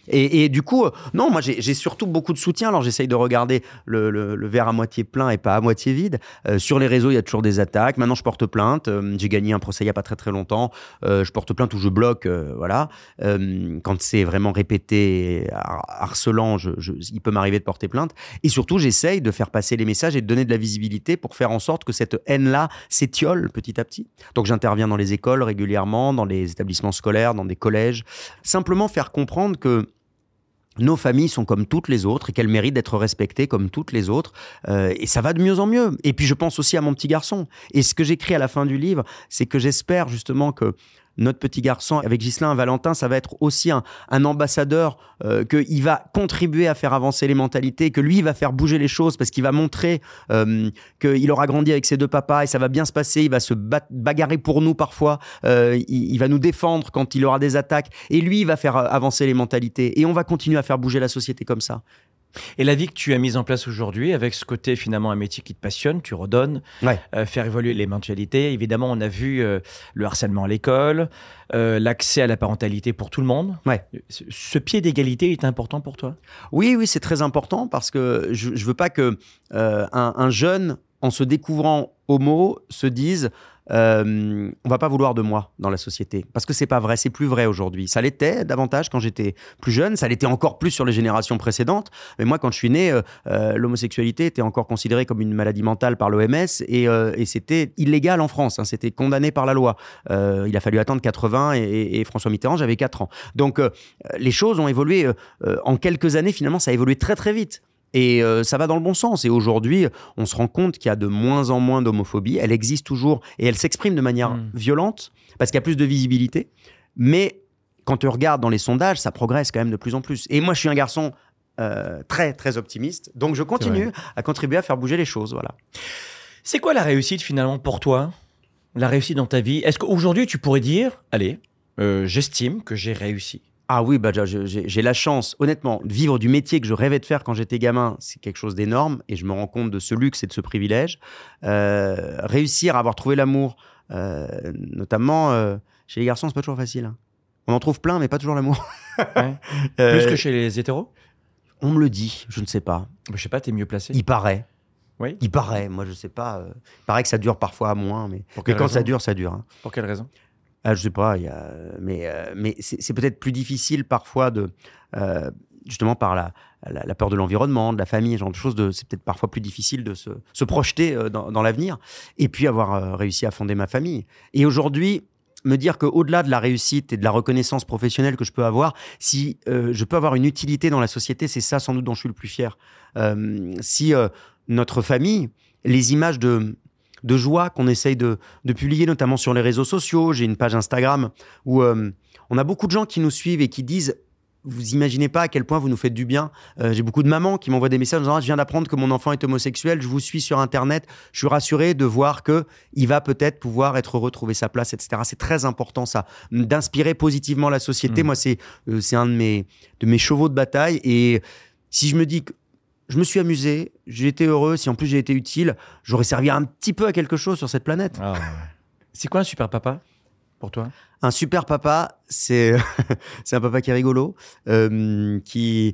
Et du coup, non, moi j'ai surtout beaucoup de soutien. Alors j'essaye de regarder le verre à moitié plein et pas à moitié vide. Sur les réseaux, il y a toujours des attaques. Maintenant, je porte plainte. J'ai gagné un procès il y a pas très longtemps. Je porte plainte ou je bloque, voilà. Quand c'est vraiment répété, harcelant, il peut m'arriver de porter plainte. Et surtout, j'essaye de faire passer les messages et de donner de la visibilité pour faire en sorte que cette haine-là s'étiole petit à petit. Donc j'interviens dans les écoles régulièrement, dans les établissements scolaires, dans des collèges. Simplement faire comprendre que nos familles sont comme toutes les autres et qu'elles méritent d'être respectées comme toutes les autres. Et ça va de mieux en mieux. Et puis je pense aussi à mon petit garçon. Et ce que j'écris à la fin du livre, c'est que j'espère justement que notre petit garçon, avec Ghislain Valentin, ça va être aussi un ambassadeur, qu'il va contribuer à faire avancer les mentalités, que lui, il va faire bouger les choses parce qu'il va montrer qu'il aura grandi avec ses deux papas et ça va bien se passer. Il va se bagarrer pour nous parfois. Il va nous défendre quand il aura des attaques. Et lui, il va faire avancer les mentalités. Et on va continuer à faire bouger la société comme ça. Et la vie que tu as mise en place aujourd'hui, avec ce côté finalement un métier qui te passionne, tu redonnes, faire évoluer les mentalités. Évidemment, on a vu le harcèlement à l'école, l'accès à la parentalité pour tout le monde. Ouais. Ce pied d'égalité est important pour toi ? Oui, c'est très important parce que je veux pas que un jeune, en se découvrant homo, se dise on va pas vouloir de moi dans la société, parce que c'est pas vrai, c'est plus vrai aujourd'hui. Ça l'était davantage quand j'étais plus jeune, ça l'était encore plus sur les générations précédentes, mais moi quand je suis né, l'homosexualité était encore considérée comme une maladie mentale par l'OMS et c'était illégal en France, hein, c'était condamné par la loi. Il a fallu attendre 80 et François Mitterrand, j'avais 4 ans. Donc les choses ont évolué en quelques années, finalement ça a évolué très très vite. Et ça va dans le bon sens. Et aujourd'hui, on se rend compte qu'il y a de moins en moins d'homophobie. Elle existe toujours et elle s'exprime de manière violente parce qu'il y a plus de visibilité. Mais quand tu regardes dans les sondages, ça progresse quand même de plus en plus. Et moi, je suis un garçon très, très optimiste. Donc, je continue à contribuer à faire bouger les choses. Voilà. C'est quoi la réussite finalement pour toi ? La réussite dans ta vie ? Est-ce qu'aujourd'hui, tu pourrais dire, allez, j'estime que j'ai réussi ? Ah oui, j'ai la chance, honnêtement, de vivre du métier que je rêvais de faire quand j'étais gamin. C'est quelque chose d'énorme et je me rends compte de ce luxe et de ce privilège. Réussir à avoir trouvé l'amour, notamment chez les garçons, c'est pas toujours facile. Hein. On en trouve plein, mais pas toujours l'amour. Ouais. Plus que chez les hétéros ? On me le dit, je ne sais pas. Je sais pas, t'es mieux placé. Il paraît. Oui. Il paraît, moi je sais pas. Il paraît que ça dure parfois à moins, mais quand ça dure, ça dure. Hein. Pour quelle raison ? Je sais pas, mais c'est peut-être plus difficile parfois justement par la peur de l'environnement, de la famille, ce genre de choses. C'est peut-être parfois plus difficile de se projeter dans l'avenir et puis avoir réussi à fonder ma famille. Et aujourd'hui, me dire qu'au-delà de la réussite et de la reconnaissance professionnelle que je peux avoir, si je peux avoir une utilité dans la société, c'est ça sans doute dont je suis le plus fier. Si notre famille, les images de joie qu'on essaye de publier, notamment sur les réseaux sociaux. J'ai une page Instagram où on a beaucoup de gens qui nous suivent et qui disent « Vous imaginez pas à quel point vous nous faites du bien ». J'ai beaucoup de mamans qui m'envoient des messages en disant « Je viens d'apprendre que mon enfant est homosexuel, je vous suis sur Internet, je suis rassuré de voir qu'il va peut-être pouvoir être heureux, trouver sa place, etc. » C'est très important ça, d'inspirer positivement la société. Moi, c'est un de mes chevaux de bataille. Et si je me dis que je me suis amusé, j'ai été heureux. Si en plus j'ai été utile, j'aurais servi un petit peu à quelque chose sur cette planète. Ah ouais. C'est quoi un super papa pour toi ? Un super papa, c'est un papa qui est rigolo, qui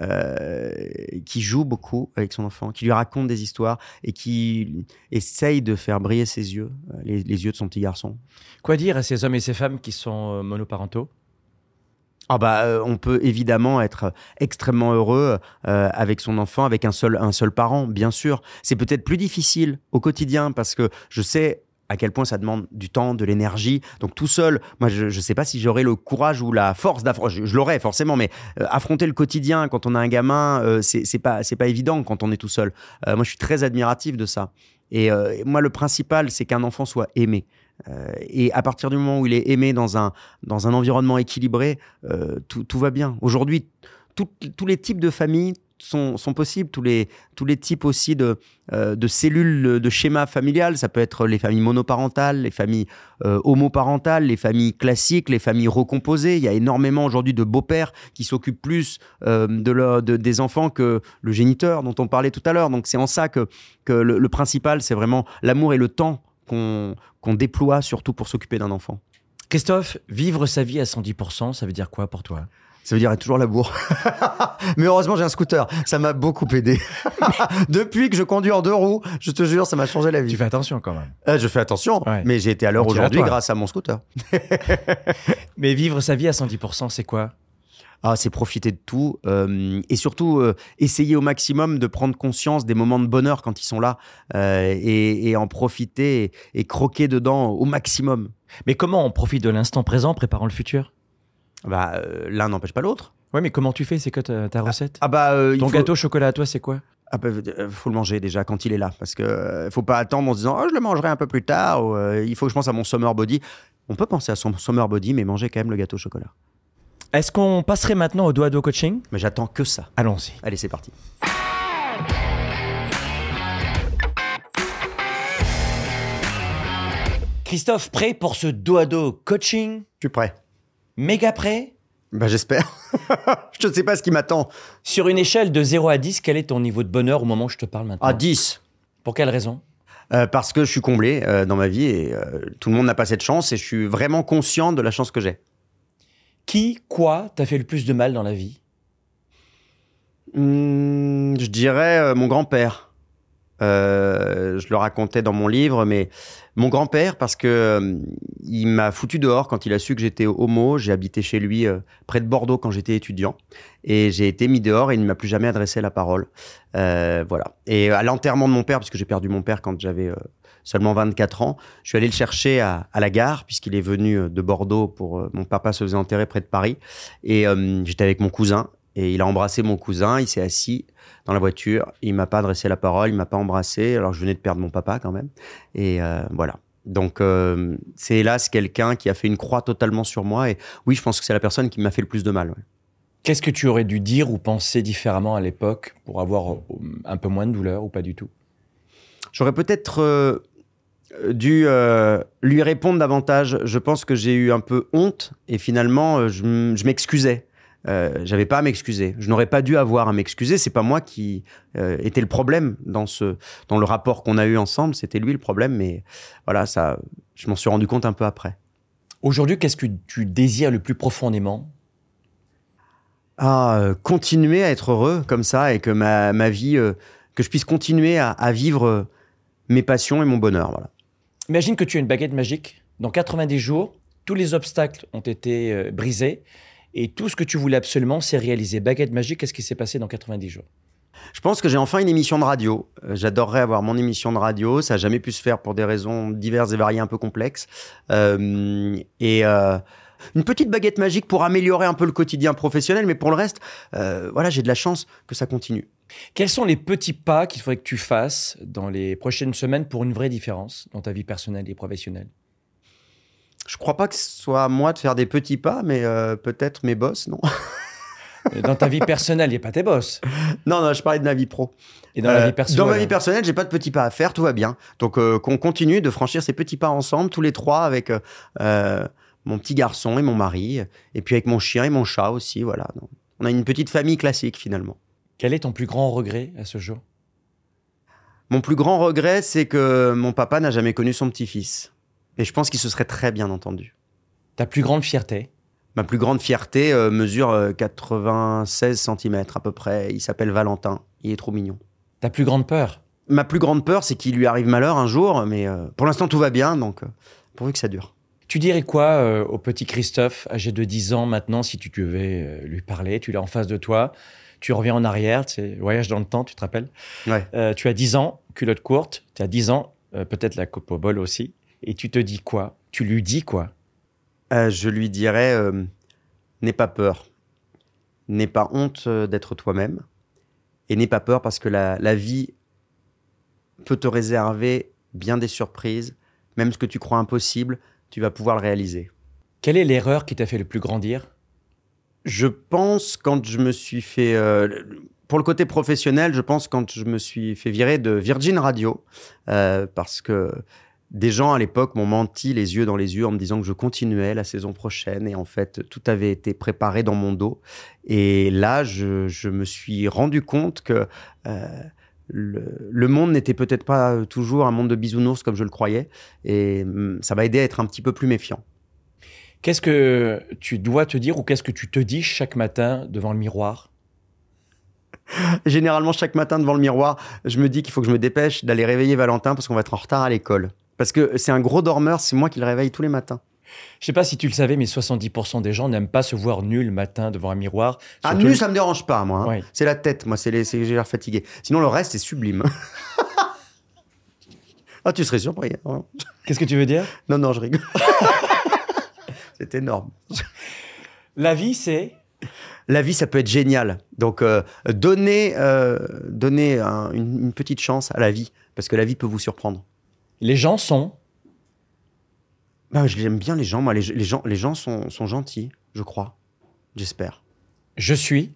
joue beaucoup avec son enfant, qui lui raconte des histoires et qui essaye de faire briller ses yeux, les yeux de son petit garçon. Quoi dire à ces hommes et ces femmes qui sont monoparentaux ? On peut évidemment être extrêmement heureux avec son enfant, avec un seul parent, bien sûr. C'est peut-être plus difficile au quotidien parce que je sais à quel point ça demande du temps, de l'énergie. Donc tout seul, moi je ne sais pas si j'aurais le courage ou la force d'affronter. Je l'aurais forcément, mais affronter le quotidien quand on a un gamin, c'est pas évident quand on est tout seul. Moi je suis très admiratif de ça. Et moi le principal, c'est qu'un enfant soit aimé. Et à partir du moment où il est aimé dans un environnement équilibré, tout va bien. Aujourd'hui, tous les types de familles sont possibles, tous les types aussi de cellules de schéma familial. Ça peut être les familles monoparentales, les familles homoparentales, les familles classiques, les familles recomposées. Il y a énormément aujourd'hui de beaux-pères qui s'occupent plus des enfants que le géniteur dont on parlait tout à l'heure. Donc c'est en ça que le principal, c'est vraiment l'amour et le temps qu'on déploie surtout pour s'occuper d'un enfant. Christophe, vivre sa vie à 110%, ça veut dire quoi pour toi ? Ça veut dire être toujours à la bourre. Mais heureusement, j'ai un scooter. Ça m'a beaucoup aidé. Depuis que je conduis en 2 roues, je te jure, ça m'a changé la vie. Tu fais attention quand même. Je fais attention, Ouais. mais j'ai été à l'heure On dirait aujourd'hui toi. grâce à mon scooter. Mais vivre sa vie à 110%, c'est quoi? Ah, c'est profiter de tout et surtout essayer au maximum de prendre conscience des moments de bonheur quand ils sont là et en profiter et croquer dedans au maximum. Mais comment on profite de l'instant présent, préparant le futur? L'un n'empêche pas l'autre. Ouais, mais comment tu fais? C'est quoi ta recette? Il Ton faut... gâteau au chocolat à toi, c'est quoi? faut le manger déjà quand il est là parce que faut pas attendre en se disant je le mangerai un peu plus tard ou, il faut que je pense à mon summer body. On peut penser à son summer body mais manger quand même le gâteau au chocolat. Est-ce qu'on passerait maintenant au dos à dos coaching? Mais j'attends que ça. Allons-y. Allez, c'est parti. Christophe, prêt pour ce dos à dos coaching? Je suis prêt. Méga prêt? J'espère. Je ne sais pas ce qui m'attend. Sur une échelle de 0 à 10, quel est ton niveau de bonheur au moment où je te parle maintenant? 10. Pour quelle raison? Parce que je suis comblé dans ma vie et tout le monde n'a pas cette chance et je suis vraiment conscient de la chance que j'ai. Quoi t'a fait le plus de mal dans la vie? Je dirais mon grand-père. Je le racontais dans mon livre, mais mon grand-père, parce que il m'a foutu dehors quand il a su que j'étais homo. J'ai habité chez lui près de Bordeaux quand j'étais étudiant. Et j'ai été mis dehors et il ne m'a plus jamais adressé la parole. Voilà. Et à l'enterrement de mon père, parce que j'ai perdu mon père quand j'avais seulement 24 ans, je suis allé le chercher à la gare, puisqu'il est venu de Bordeaux pour... mon papa se faisait enterrer près de Paris. Et j'étais avec mon cousin. Et il a embrassé mon cousin, il s'est assis dans la voiture, il m'a pas adressé la parole, il m'a pas embrassé, alors je venais de perdre mon papa quand même. Et voilà. Donc c'est hélas quelqu'un qui a fait une croix totalement sur moi. Et oui, je pense que c'est la personne qui m'a fait le plus de mal. Ouais. Qu'est-ce que tu aurais dû dire ou penser différemment à l'époque pour avoir un peu moins de douleur ou pas du tout? J'aurais peut-être dû lui répondre davantage. Je pense que j'ai eu un peu honte et finalement je m'excusais. J'avais pas à m'excuser. Je n'aurais pas dû avoir à m'excuser. C'est pas moi qui était le problème dans le rapport qu'on a eu ensemble. C'était lui le problème. Mais voilà, ça, je m'en suis rendu compte un peu après. Aujourd'hui, qu'est-ce que tu désires le plus profondément? Continuer à être heureux comme ça et que ma vie, que je puisse continuer à vivre mes passions et mon bonheur. Voilà. Imagine que tu as une baguette magique. Dans 90 jours, tous les obstacles ont été brisés. Et tout ce que tu voulais absolument, c'est réaliser. Baguette magique, qu'est-ce qui s'est passé dans 90 jours? Je pense que j'ai enfin une émission de radio. J'adorerais avoir mon émission de radio. Ça n'a jamais pu se faire pour des raisons diverses et variées, un peu complexes. Une petite baguette magique pour améliorer un peu le quotidien professionnel. Mais pour le reste, voilà, j'ai de la chance que ça continue. Quels sont les petits pas qu'il faudrait que tu fasses dans les prochaines semaines pour une vraie différence dans ta vie personnelle et professionnelle? Je crois pas que ce soit à moi de faire des petits pas, mais peut-être mes boss, non? Dans ta vie personnelle, il n'y a pas tes boss. Non, je parlais de ma vie pro. Et dans la vie personnelle? Dans ma vie personnelle, j'ai pas de petits pas à faire, tout va bien. Donc qu'on continue de franchir ces petits pas ensemble, tous les trois, avec mon petit garçon et mon mari, et puis avec mon chien et mon chat aussi, voilà. Donc, on a une petite famille classique, finalement. Quel est ton plus grand regret à ce jour? Mon plus grand regret, c'est que mon papa n'a jamais connu son petit-fils. Et je pense qu'il se serait très bien entendu. Ta plus grande fierté? Ma plus grande fierté mesure 96 cm à peu près. Il s'appelle Valentin. Il est trop mignon. Ta plus grande peur? Ma plus grande peur, c'est qu'il lui arrive malheur un jour. Mais pour l'instant, tout va bien. Donc, pourvu que ça dure. Tu dirais quoi au petit Christophe, âgé de 10 ans maintenant, si tu devais lui parler? Tu l'as en face de toi. Tu reviens en arrière. C'est voyage dans le temps, tu te rappelles? Ouais. Tu as 10 ans, culotte courte. Tu as 10 ans, peut-être la coupe au bol aussi. Et tu te dis quoi? Tu lui dis quoi? Je lui dirais, n'aie pas peur. N'aie pas honte d'être toi-même. Et n'aie pas peur parce que la vie peut te réserver bien des surprises. Même ce que tu crois impossible, tu vas pouvoir le réaliser. Quelle est l'erreur qui t'a fait le plus grandir? Je pense quand je me suis fait... pour le côté professionnel, je pense quand je me suis fait virer de Virgin Radio. Parce que... Des gens à l'époque m'ont menti les yeux dans les yeux en me disant que je continuais la saison prochaine et en fait tout avait été préparé dans mon dos. Et là, je me suis rendu compte que le monde n'était peut-être pas toujours un monde de bisounours comme je le croyais et ça m'a aidé à être un petit peu plus méfiant. Qu'est-ce que tu dois te dire ou qu'est-ce que tu te dis chaque matin devant le miroir? Généralement, chaque matin devant le miroir, je me dis qu'il faut que je me dépêche d'aller réveiller Valentin parce qu'on va être en retard à l'école. Parce que c'est un gros dormeur, c'est moi qui le réveille tous les matins. Je sais pas si tu le savais, mais 70% des gens n'aiment pas se voir nul le matin devant un miroir. Ah, Surtout nu, ça me dérange pas, moi. Hein. Ouais. C'est la tête, moi, j'ai l'air fatigué. Sinon, le reste, c'est sublime. Ah, tu serais surpris. Hein. Qu'est-ce que tu veux dire? Non, je rigole. C'est énorme. La vie, c'est... La vie, ça peut être génial. Donc, donnez une petite chance à la vie, parce que la vie peut vous surprendre. Les gens sont... Ben, j'aime bien les gens. Moi, les gens sont gentils, je crois. J'espère. Je suis...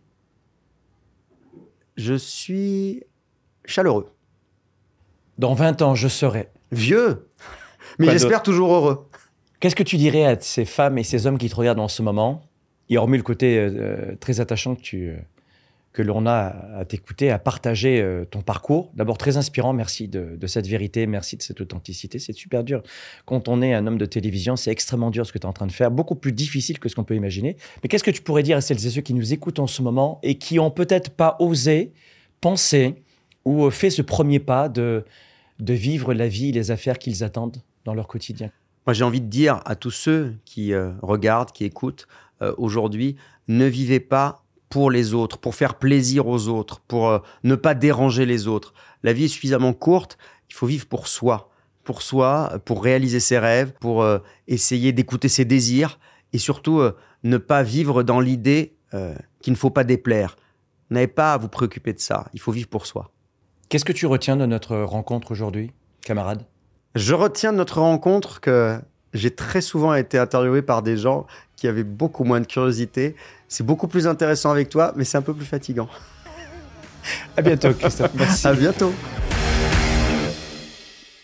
Je suis chaleureux. Dans 20 ans, je serai... Vieux. Mais Quoi j'espère toujours heureux. Qu'est-ce que tu dirais à ces femmes et ces hommes qui te regardent en ce moment, et hormis le côté très attachant que l'on a à t'écouter, à partager ton parcours. D'abord, très inspirant. Merci de cette vérité. Merci de cette authenticité. C'est super dur. Quand on est un homme de télévision, c'est extrêmement dur ce que tu es en train de faire. Beaucoup plus difficile que ce qu'on peut imaginer. Mais qu'est-ce que tu pourrais dire à celles et ceux qui nous écoutent en ce moment et qui ont peut-être pas osé penser ou fait ce premier pas de vivre la vie et les affaires qu'ils attendent dans leur quotidien? Moi, j'ai envie de dire à tous ceux qui regardent, qui écoutent, aujourd'hui, ne vivez pas pour les autres, pour faire plaisir aux autres, pour ne pas déranger les autres. La vie est suffisamment courte, il faut vivre pour soi, pour réaliser ses rêves, pour essayer d'écouter ses désirs et surtout ne pas vivre dans l'idée qu'il ne faut pas déplaire. Vous n'avez pas à vous préoccuper de ça, il faut vivre pour soi. Qu'est-ce que tu retiens de notre rencontre aujourd'hui, camarade? Je retiens de notre rencontre que j'ai très souvent été interviewé par des gens qui avaient beaucoup moins de curiosité. C'est beaucoup plus intéressant avec toi, mais c'est un peu plus fatigant. À bientôt, Christophe. Merci. À bientôt.